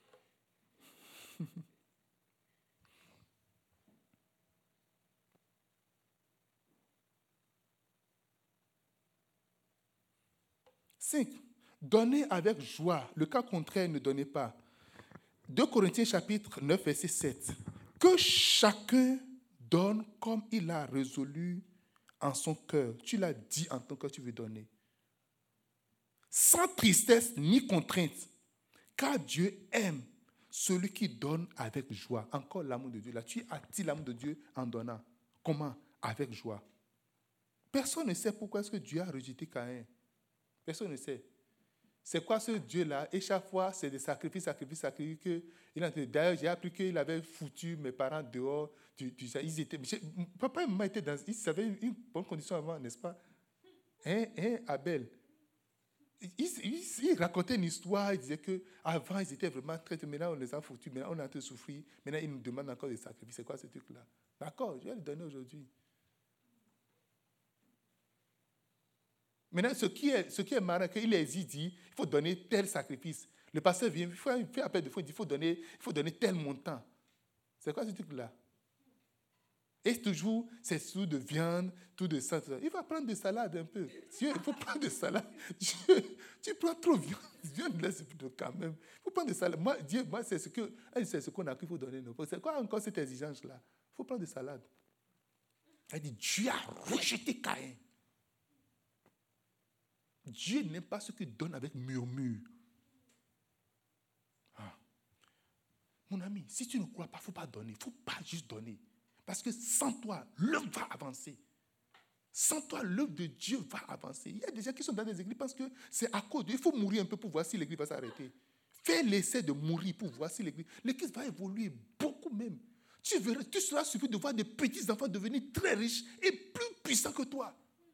Cinq. Donnez avec joie. Le cas contraire, ne donnez pas. 2 Corinthiens chapitre 9, verset 7. Que chacun donne comme il a résolu en son cœur. Tu l'as dit en ton cœur, tu veux donner. Sans tristesse ni contrainte. Car Dieu aime celui qui donne avec joie. Encore l'amour de Dieu. Là, tu attires l'amour de Dieu en donnant. Comment? Avec joie. Personne ne sait pourquoi est-ce que Dieu a rejeté Caïn. Personne ne sait. C'est quoi ce Dieu-là? Et chaque fois, c'est des sacrifices. D'ailleurs, j'ai appris qu'il avait foutu mes parents dehors. Papa et maman ils avaient une bonne condition avant, n'est-ce pas? Abel. il racontait une histoire, il disait qu'avant, ils étaient vraiment très... Maintenant, on les a foutus, maintenant, on est en train de souffrir. Maintenant, ils nous demandent encore des sacrifices. C'est quoi ce truc-là? D'accord, je vais le donner aujourd'hui. Maintenant, ce qui est marrant, qu'il hésite, dit, il faut donner tel sacrifice. Le pasteur vient, il fait appel de foi, il dit, il faut donner tel montant. C'est quoi ce truc-là? Et toujours, c'est tout de viande, tout de sang. Il va prendre de salade un peu. Dieu, il faut prendre de salade. Dieu, tu prends trop de viande. Dieu nous laisse plutôt quand même. Il faut prendre de salade. Moi, Dieu, c'est ce qu'on a qu'il faut donner. C'est quoi encore cette exigence-là? Il faut prendre de salade. Elle dit, Dieu a rejeté Caïn. Dieu n'aime pas ce qu'il donne avec murmure. Ah. Mon ami, si tu ne crois pas, il ne faut pas donner. Il ne faut pas juste donner. Parce que sans toi, l'œuvre va avancer. Sans toi, l'œuvre de Dieu va avancer. Il y a des gens qui sont dans des églises parce que c'est à cause d'eux. Il faut mourir un peu pour voir si l'église va s'arrêter. Fais l'essai de mourir pour voir si l'église va évoluer beaucoup même. Tu seras surpris de voir des petits enfants devenir très riches et plus puissants que toi.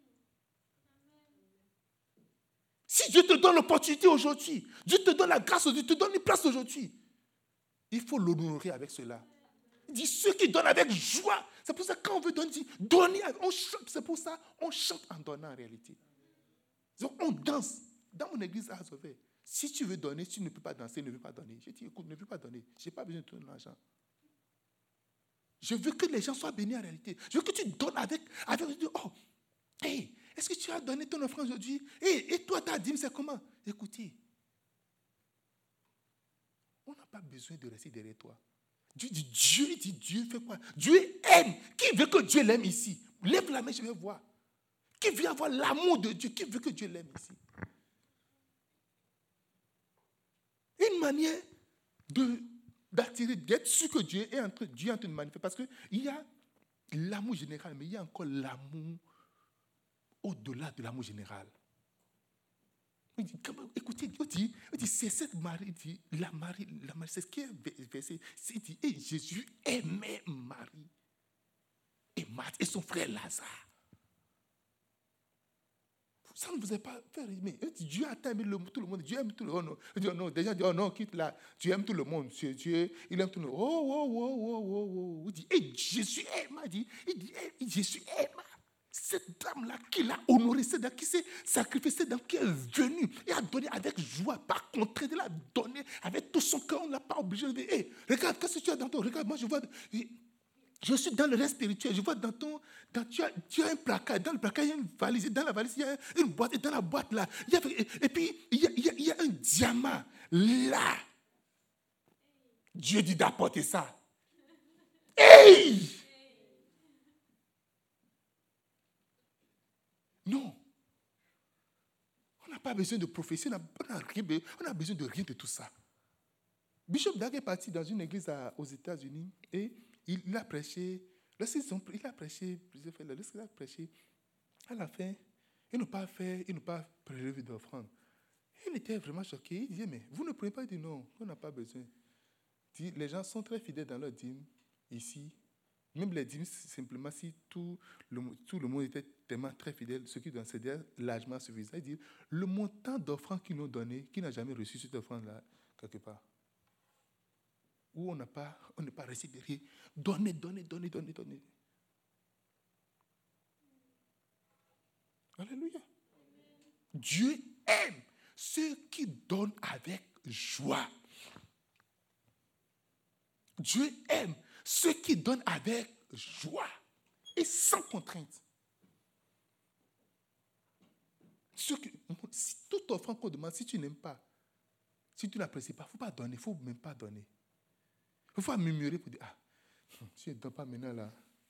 Si Dieu te donne l'opportunité aujourd'hui, Dieu te donne la grâce aujourd'hui, Dieu te donne une place aujourd'hui, il faut l'honorer avec cela. Il dit ceux qui donnent avec joie. C'est pour ça que quand on veut donner, on chante. C'est pour ça qu'on chante en donnant en réalité. Donc on danse. Dans mon église à Azové, si tu veux donner, si tu ne peux pas danser, ne veux pas donner. Je dis écoute, ne veux pas donner. Je n'ai pas besoin de ton argent. Je veux que les gens soient bénis en réalité. Je veux que tu donnes avec oh, hey, est-ce que tu as donné ton offrande aujourd'hui? Et toi, ta dîme, c'est comment? Écoutez, on n'a pas besoin de rester derrière toi. Dieu fait quoi? Dieu aime. Qui veut que Dieu l'aime ici? Lève la main, je vais voir. Qui veut avoir l'amour de Dieu? Qui veut que Dieu l'aime ici? Une manière d'attirer, d'être sûr que Dieu est en train de manifester. Parce qu'il y a l'amour général, mais il y a encore l'amour au-delà de l'amour général. Écoutez, il dit, c'est cette Marie, la Marie, c'est ce qui est versé. Il dit, et Jésus aimait Marie et Marthe et son frère Lazare. Ça ne vous a pas fait rimer. Dieu a aimé tout le monde. Dieu aime tout le monde. Il dit, oh non, déjà, oh non, quitte là. Dieu aime tout le monde. Dieu, il aime tout le monde. Oh. Il dit, et Jésus aime. Il dit, Jésus aime. Cette dame-là qui l'a honorée, cette dame qui s'est sacrifiée, cette dame qui est venue et a donné avec joie, par contre, de la donner avec tout son cœur, on ne l'a pas obligé de dire, hey, regarde, qu'est-ce que tu as dans ton, regarde, moi je vois, je suis dans le reste spirituel, je vois tu as un placard, dans le placard il y a une valise, dans la valise il y a une boîte, et dans la boîte là, et puis il y a un diamant là. Dieu dit d'apporter ça. Hey! Non. On n'a pas besoin de prophétie, on a besoin de rien de tout ça. Bishop Dag est parti dans une église aux États-Unis et il a prêché. Lorsqu'il a prêché, à la fin, il n'a pas prélevé d'offrande. Il était vraiment choqué. Il disait, mais vous ne prenez pas? Il dit, non, on n'a pas besoin. Il dit, les gens sont très fidèles dans leur dîme ici. Même les dîmes, simplement, si tout le monde était tellement très fidèle, ce qui doit céder largement suffisant. Il dit, le montant d'offrande qu'ils nous ont donné, qui n'a jamais reçu cette offrande-là, quelque part, où on n'est pas resté derrière, donner. Alléluia. Dieu aime ceux qui donnent avec joie. Dieu aime ceux qui donnent avec joie et sans contrainte. Si toute offrande qu'on demande, si tu n'aimes pas, si tu n'apprécies pas, il ne faut pas donner, il ne faut même pas donner. Il faut murmurer pour dire, si je ne donne pas maintenant là,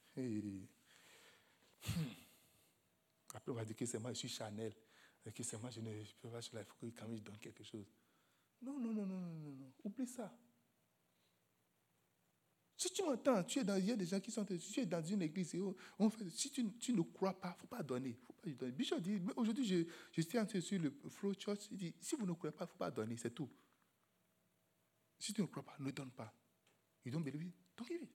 après on va dire que c'est moi, je suis Chanel, que c'est moi, je ne peux pas, il faut que quand même je donne quelque chose. Non, oublie ça. Si tu m'entends, il y a des gens qui sont, tu es dans une église, si tu ne crois pas, il ne faut pas donner. Bishop dit, aujourd'hui, je suis sur le Flow Church, il dit, si vous ne croyez pas, il ne faut pas donner, c'est tout. Si tu ne crois pas, ne donne pas. You don't believe it? Don't give it.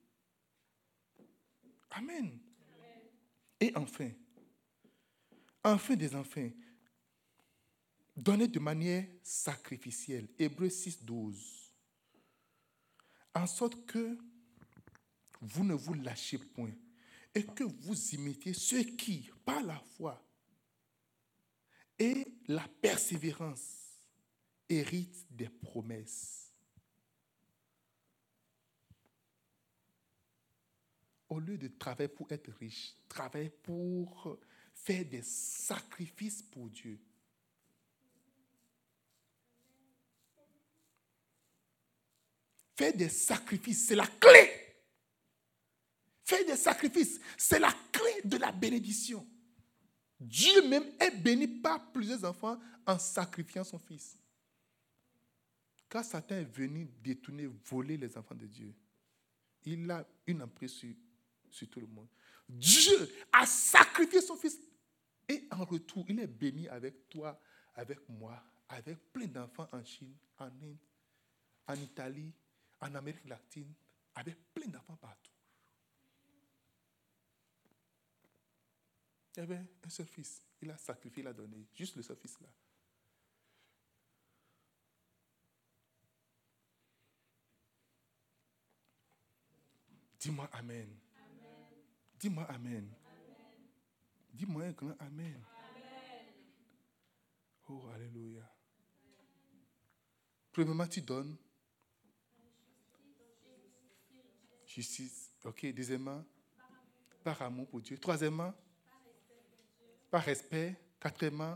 Amen. Et enfin des enfants, donnez de manière sacrificielle. Hébreux 6, 12. En sorte que vous ne vous lâchez point et que vous imitiez ceux qui, par la foi et la persévérance, héritent des promesses. Au lieu de travailler pour être riche, travaillez pour faire des sacrifices pour Dieu. Faire des sacrifices, c'est la clé. Faire des sacrifices, c'est la clé de la bénédiction. Dieu même est béni par plusieurs enfants en sacrifiant son fils. Quand Satan est venu détourner, voler les enfants de Dieu, il a une emprise sur tout le monde. Dieu a sacrifié son fils et en retour, il est béni avec toi, avec moi, avec plein d'enfants en Chine, en Inde, en Italie, en Amérique latine, avec plein d'enfants partout. Il y avait un seul fils. Il a sacrifié, il a donné. Juste le seul fils là. Dis-moi Amen. Amen. Dis-moi Amen. Amen. Dis-moi un grand Amen. Amen. Oh, alléluia. Premièrement, tu donnes. Justice. Ok. Deuxièmement, par amour pour Dieu. Troisièmement, par respect. Quatrièmement,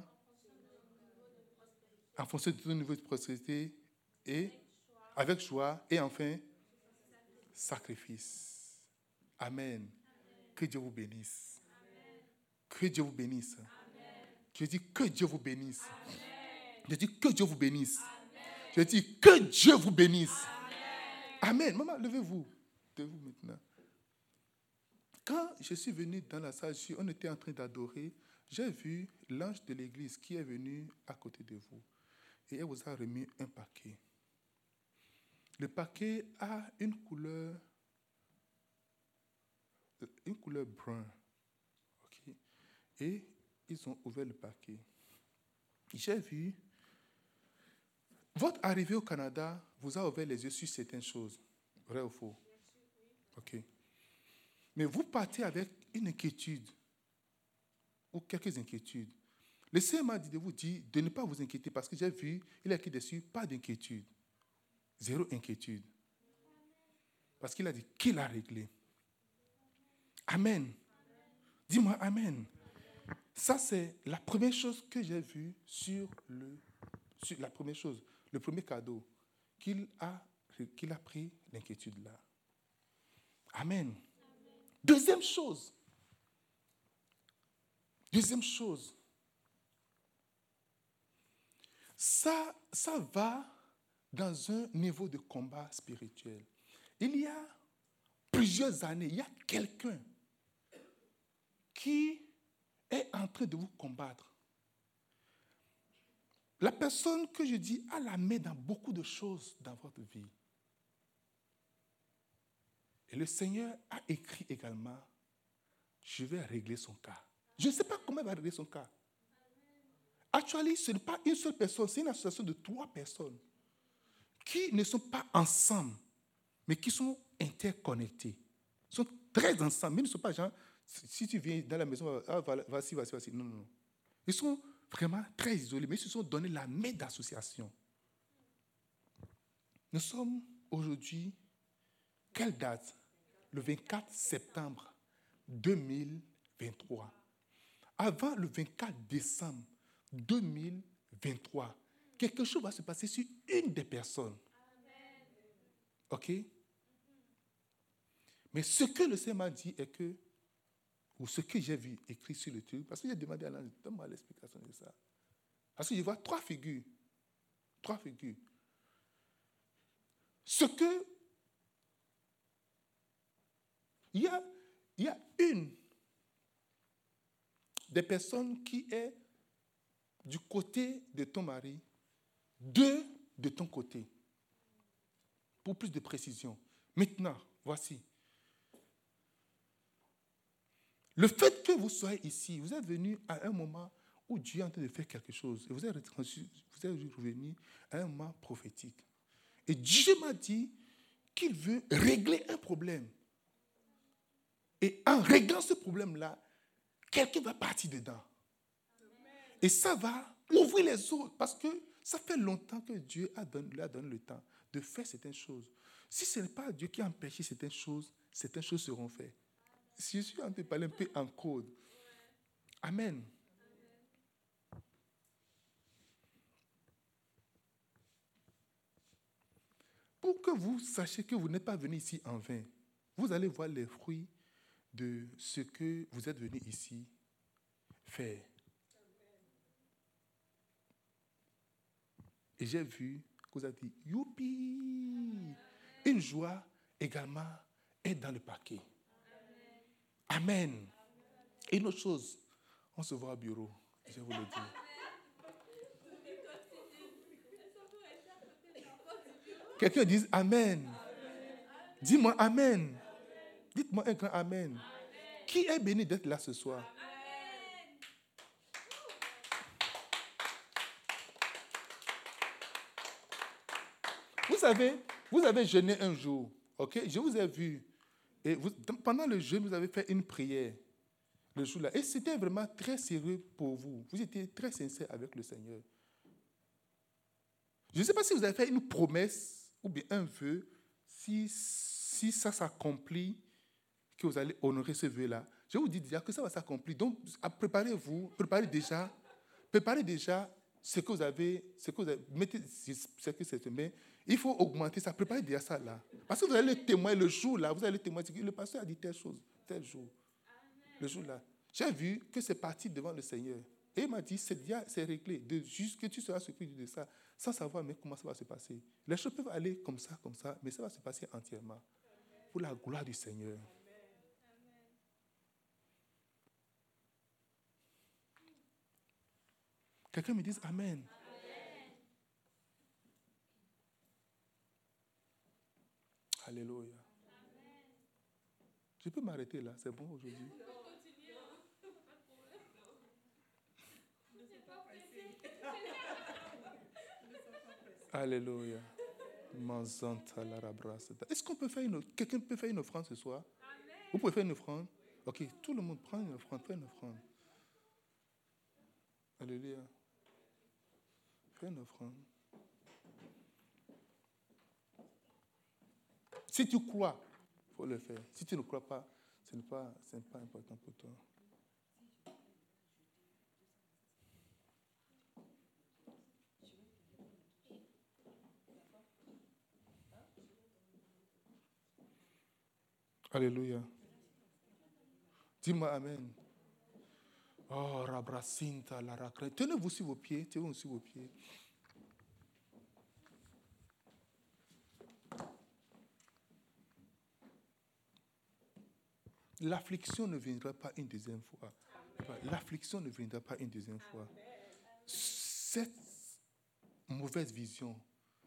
en fonction de ton niveau de prospérité. Et avec joie. Et enfin, sacrifice. Amen. Que Dieu vous bénisse. Amen. Que Dieu vous bénisse. Amen. Je dis que Dieu vous bénisse. Amen. Je dis que Dieu vous bénisse. Amen. Je dis que Dieu vous bénisse. Amen. Amen. Maman, levez-vous. Levez-vous maintenant. Quand je suis venu dans la salle, on était en train d'adorer, j'ai vu l'ange de l'église qui est venu à côté de vous. Et elle vous a remis un paquet. Le paquet a une couleur brun. Okay. Et ils ont ouvert le paquet. J'ai vu, votre arrivée au Canada vous a ouvert les yeux sur certaines choses. Vrai ou faux? Ok. Mais vous partez avec une inquiétude ou quelques inquiétudes. Le Seigneur m'a dit de vous dire de ne pas vous inquiéter parce que j'ai vu, il a écrit dessus, pas d'inquiétude. Zéro inquiétude. Parce qu'il a dit qu'il a réglé. Amen. Amen. Dis-moi Amen. Ça, c'est la première chose que j'ai vue sur la première chose, le premier cadeau, qu'il a pris l'inquiétude là. Amen. Amen. Deuxième chose, ça va dans un niveau de combat spirituel. Il y a plusieurs années, il y a quelqu'un qui est en train de vous combattre. La personne que je dis a la main dans beaucoup de choses dans votre vie. Et le Seigneur a écrit également, je vais régler son cas. Je ne sais pas comment il va régler son cas. Actuellement, ce n'est pas une seule personne, c'est une association de 3 personnes qui ne sont pas ensemble, mais qui sont interconnectés. Ils sont très ensemble, mais ils ne sont pas genre, si tu viens dans la maison, voici. Non. Ils sont vraiment très isolés, mais ils se sont donné la main d'association. Nous sommes aujourd'hui, quelle date? Le 24 septembre 2023. Avant le 24 décembre 2023, quelque chose va se passer sur une des personnes. OK? Mais ce que le Seigneur m'a dit est que, ou ce que j'ai vu écrit sur le truc, parce que j'ai demandé à l'ange, donne-moi l'explication de ça. Parce que je vois 3 figures. 3 figures. Ce que... Il y a une des personnes qui est du côté de ton mari, 2 de ton côté. Pour plus de précision. Maintenant, voici. Le fait que vous soyez ici, vous êtes venu à un moment où Dieu est en train de faire quelque chose. Et vous êtes revenu à un moment prophétique. Et Dieu m'a dit qu'il veut régler un problème. Et en réglant ce problème-là, quelqu'un va partir dedans. Et ça va ouvrir les autres. Parce que ça fait longtemps que Dieu lui a donné le temps de faire certaines choses. Si ce n'est pas Dieu qui a empêché certaines choses seront faites. Si je suis en train de parler un peu en code. Amen. Pour que vous sachiez que vous n'êtes pas venu ici en vain, vous allez voir les fruits de ce que vous êtes venu ici faire. Et j'ai vu que vous avez dit, youpi! Une joie également est dans le paquet. Amen. Et une autre chose, on se voit au bureau, je vous le dis. Quelqu'un dise Amen. Dis-moi Amen. Dites-moi un grand Amen. Qui est béni d'être là ce soir? Vous avez jeûné un jour, ok? Je vous ai vu. Et pendant le jeûne, vous avez fait une prière le jour-là. Et c'était vraiment très sérieux pour vous. Vous étiez très sincère avec le Seigneur. Je ne sais pas si vous avez fait une promesse ou bien un vœu. Si ça s'accomplit, que vous allez honorer ce vœu-là, je vous dis déjà que ça va s'accomplir. Donc, préparez déjà ce que vous avez, mettez ce que c'est, mais il faut augmenter ça, préparez déjà ça là. Parce que vous allez témoigner le jour là, vous allez témoigner, le pasteur a dit telle chose, tel jour. Amen. Le jour là. J'ai vu que c'est parti devant le Seigneur. Et il m'a dit, c'est réglé, juste que tu seras surpris de ça, sans savoir mais comment ça va se passer. Les choses peuvent aller comme ça, mais ça va se passer entièrement. Pour la gloire du Seigneur. Quelqu'un me dise Amen. Amen. Alléluia. Amen. Je peux m'arrêter là, c'est bon aujourd'hui. Alléluia. Est-ce qu'on peut faire quelqu'un peut faire une offrande ce soir? Amen. Vous pouvez faire une offrande? Ok, tout le monde prend une offrande, fait une offrande. Alléluia. Fais une offrande. Si tu crois, il faut le faire. Si tu ne crois pas, ce n'est pas important pour toi. Alléluia. Dis-moi Amen. Oh, Rabracinta, la racrée. Tenez-vous sur vos pieds. Tenez-vous sur vos pieds. L'affliction ne viendra pas une deuxième fois. L'affliction ne viendra pas une deuxième fois. Cette mauvaise vision,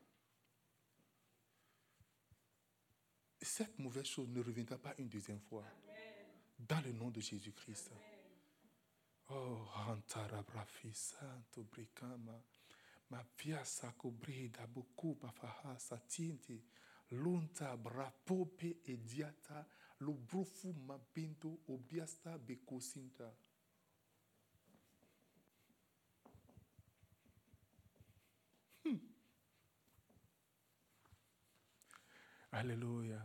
cette mauvaise chose ne reviendra pas une deuxième fois. Dans le nom de Jésus-Christ. Oh, Hantara Brafi Santo Bricama, ma pia sacobrida beaucoup pafaha satinte, lunta brapope ediata, lo brofu ma binto obiasta becosinta. Alléluia.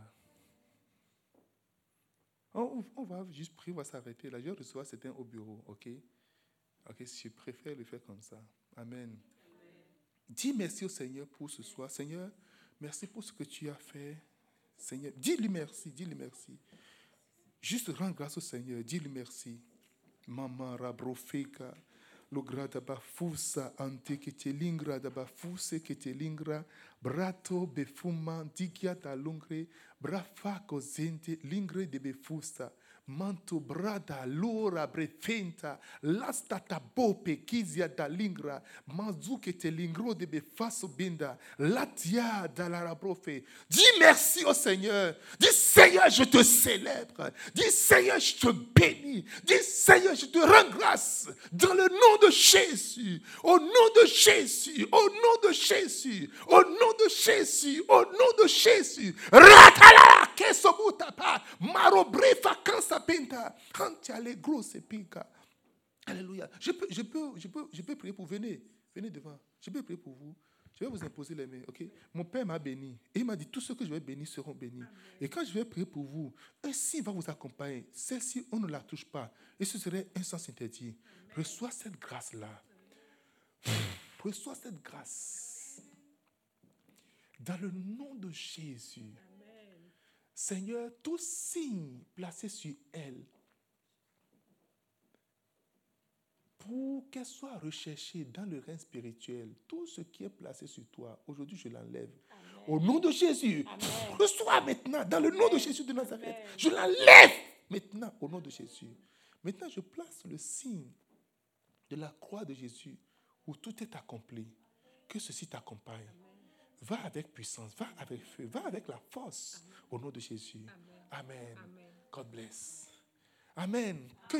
On va juste prier, on va s'arrêter là. Je reçois certains au bureau, ok? Ok, je préfère le faire comme ça. Amen. Amen. Dis merci au Seigneur pour ce soir. Seigneur, merci pour ce que tu as fait. Seigneur, dis-lui merci, dis-lui merci. Juste rends grâce au Seigneur, dis-lui merci. Maman rabrofeka, lo grada bafusa ante que te lingra da bafuse que te lingra, brato befuma digia da lungre, brafa cozente lingre de befusa, Manto brada lora brefenta lastata bope kizia da lingra manzuke te lingro de befaso binda latia da la brofe. Dis merci au Seigneur. Dis Seigneur, je te célèbre. Dis Seigneur, je te bénis. Dis Seigneur, je te rends grâce dans le nom de Jésus. Au nom de Jésus. Au nom de Jésus. Au nom de Jésus. Au nom de Jésus. Ratala kesobutapa marobrefa kansa pinta hantiale grosse pinka. Alléluia. Je peux prier pour vous. Venez devant. Je peux prier pour vous. Je vais vous imposer les mains, ok? Mon Père m'a béni. Et il m'a dit, tous ceux que je vais bénir seront bénis. Amen. Et quand je vais prier pour vous, un signe va vous accompagner. Celle-ci, on ne la touche pas. Et ce serait un sens interdit. Amen. Reçois cette grâce-là. Reçois cette grâce. Dans le nom de Jésus. Amen. Seigneur, tout signe placé sur elle, pour qu'elle soit recherchée dans le règne spirituel, tout ce qui est placé sur toi, aujourd'hui je l'enlève. Amen. Au nom de Jésus, amen. Reçois maintenant, dans le nom de Jésus de Nazareth. Amen. Je l'enlève maintenant au nom de Jésus. Maintenant, je place le signe de la croix de Jésus où tout est accompli. Que ceci t'accompagne. Amen. Va avec puissance, va avec feu, va avec la force. Amen. Au nom de Jésus. Amen. Amen. Amen. God bless. Amen.